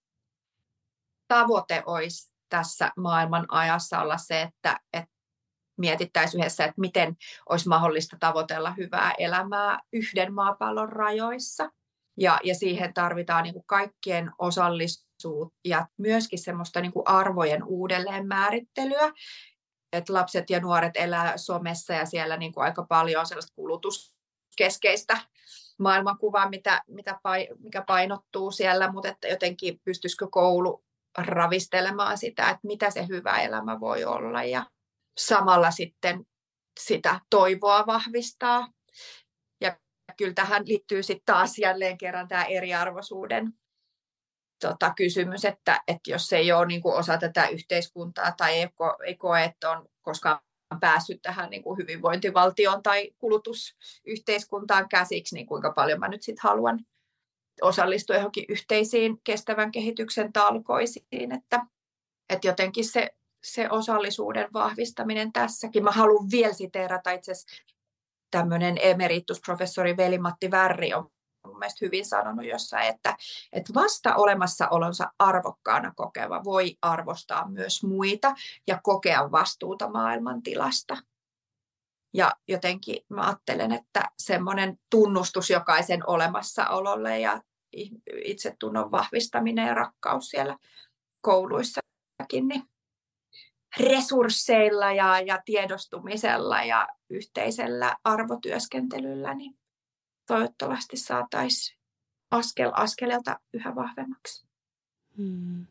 tavoite olisi tässä maailman ajassa olla se, että, että mietittäisiin yhdessä, että miten olisi mahdollista tavoitella hyvää elämää yhden maapallon rajoissa. Ja, ja siihen tarvitaan niin kuin kaikkien osallisuutta ja myöskin semmoista niin kuin arvojen uudelleenmäärittelyä. Että lapset ja nuoret elää somessa ja siellä niin kuin aika paljon on sellaista kulutuskeskeistä maailmankuvaa, mitä, mitä pai, mikä painottuu siellä, mutta että jotenkin pystyisikö koulu ravistelemaan sitä, että mitä se hyvä elämä voi olla ja samalla sitten sitä toivoa vahvistaa. Ja kyllä tähän liittyy sitten taas jälleen kerran tämä eriarvoisuuden tota, kysymys, että, että jos ei ole niin kuin osa tätä yhteiskuntaa tai ei, ko, ei koe, että on koskaan päässyt tähän niin kuin hyvinvointivaltioon tai kulutusyhteiskuntaan käsiksi, niin kuinka paljon mä nyt sitten haluan osallistua johonkin yhteisiin kestävän kehityksen talkoisiin, että, että jotenkin se, se osallisuuden vahvistaminen tässäkin. Mä haluan vielä siteerata itse asiassa tämmöinen emeritusprofessori Veli-Matti Värri on mun mielestä hyvin sanonut jossain, että, että vasta olemassaolonsa arvokkaana kokeva voi arvostaa myös muita ja kokea vastuuta maailmantilasta. Ja jotenkin mä ajattelen, että semmoinen tunnustus jokaisen olemassaololle ja itsetunnon vahvistaminen ja rakkaus siellä kouluissakin, niin resursseilla ja, ja tiedostumisella ja yhteisellä arvotyöskentelyllä, niin toivottavasti saataisiin askel askeleelta yhä vahvemmaksi. Hmm.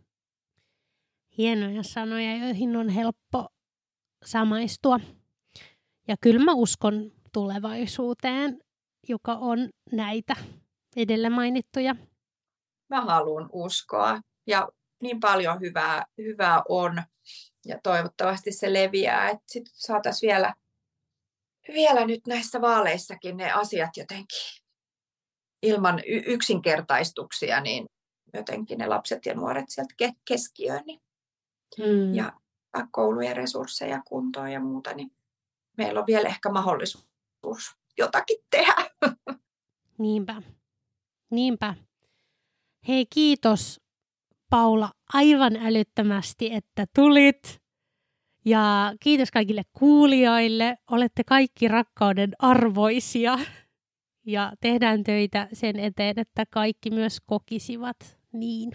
Hienoja sanoja, joihin on helppo samaistua. Ja kyllä mä uskon tulevaisuuteen, joka on näitä edellä mainittuja. Mä haluan uskoa ja niin paljon hyvää, hyvää on ja toivottavasti se leviää, että sitten saataisiin vielä, vielä nyt näissä vaaleissakin ne asiat jotenkin ilman y- yksinkertaistuksia, niin jotenkin ne lapset ja nuoret sieltä ke- keskiöön niin, hmm. ja koulujen resursseja kuntoon ja muuta, niin meillä on vielä ehkä mahdollisuus jotakin tehdä. Niinpä. Niinpä. Hei, kiitos Paula aivan älyttömästi, että tulit. Ja kiitos kaikille kuulijoille. Olette kaikki rakkauden arvoisia. Ja tehdään töitä sen eteen, että kaikki myös kokisivat niin.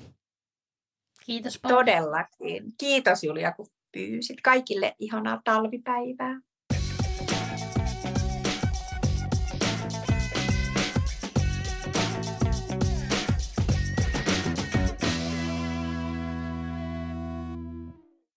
Kiitos Paula. Todellakin. Kiitos Julia, kun pyysit. Kaikille ihanaa talvipäivää.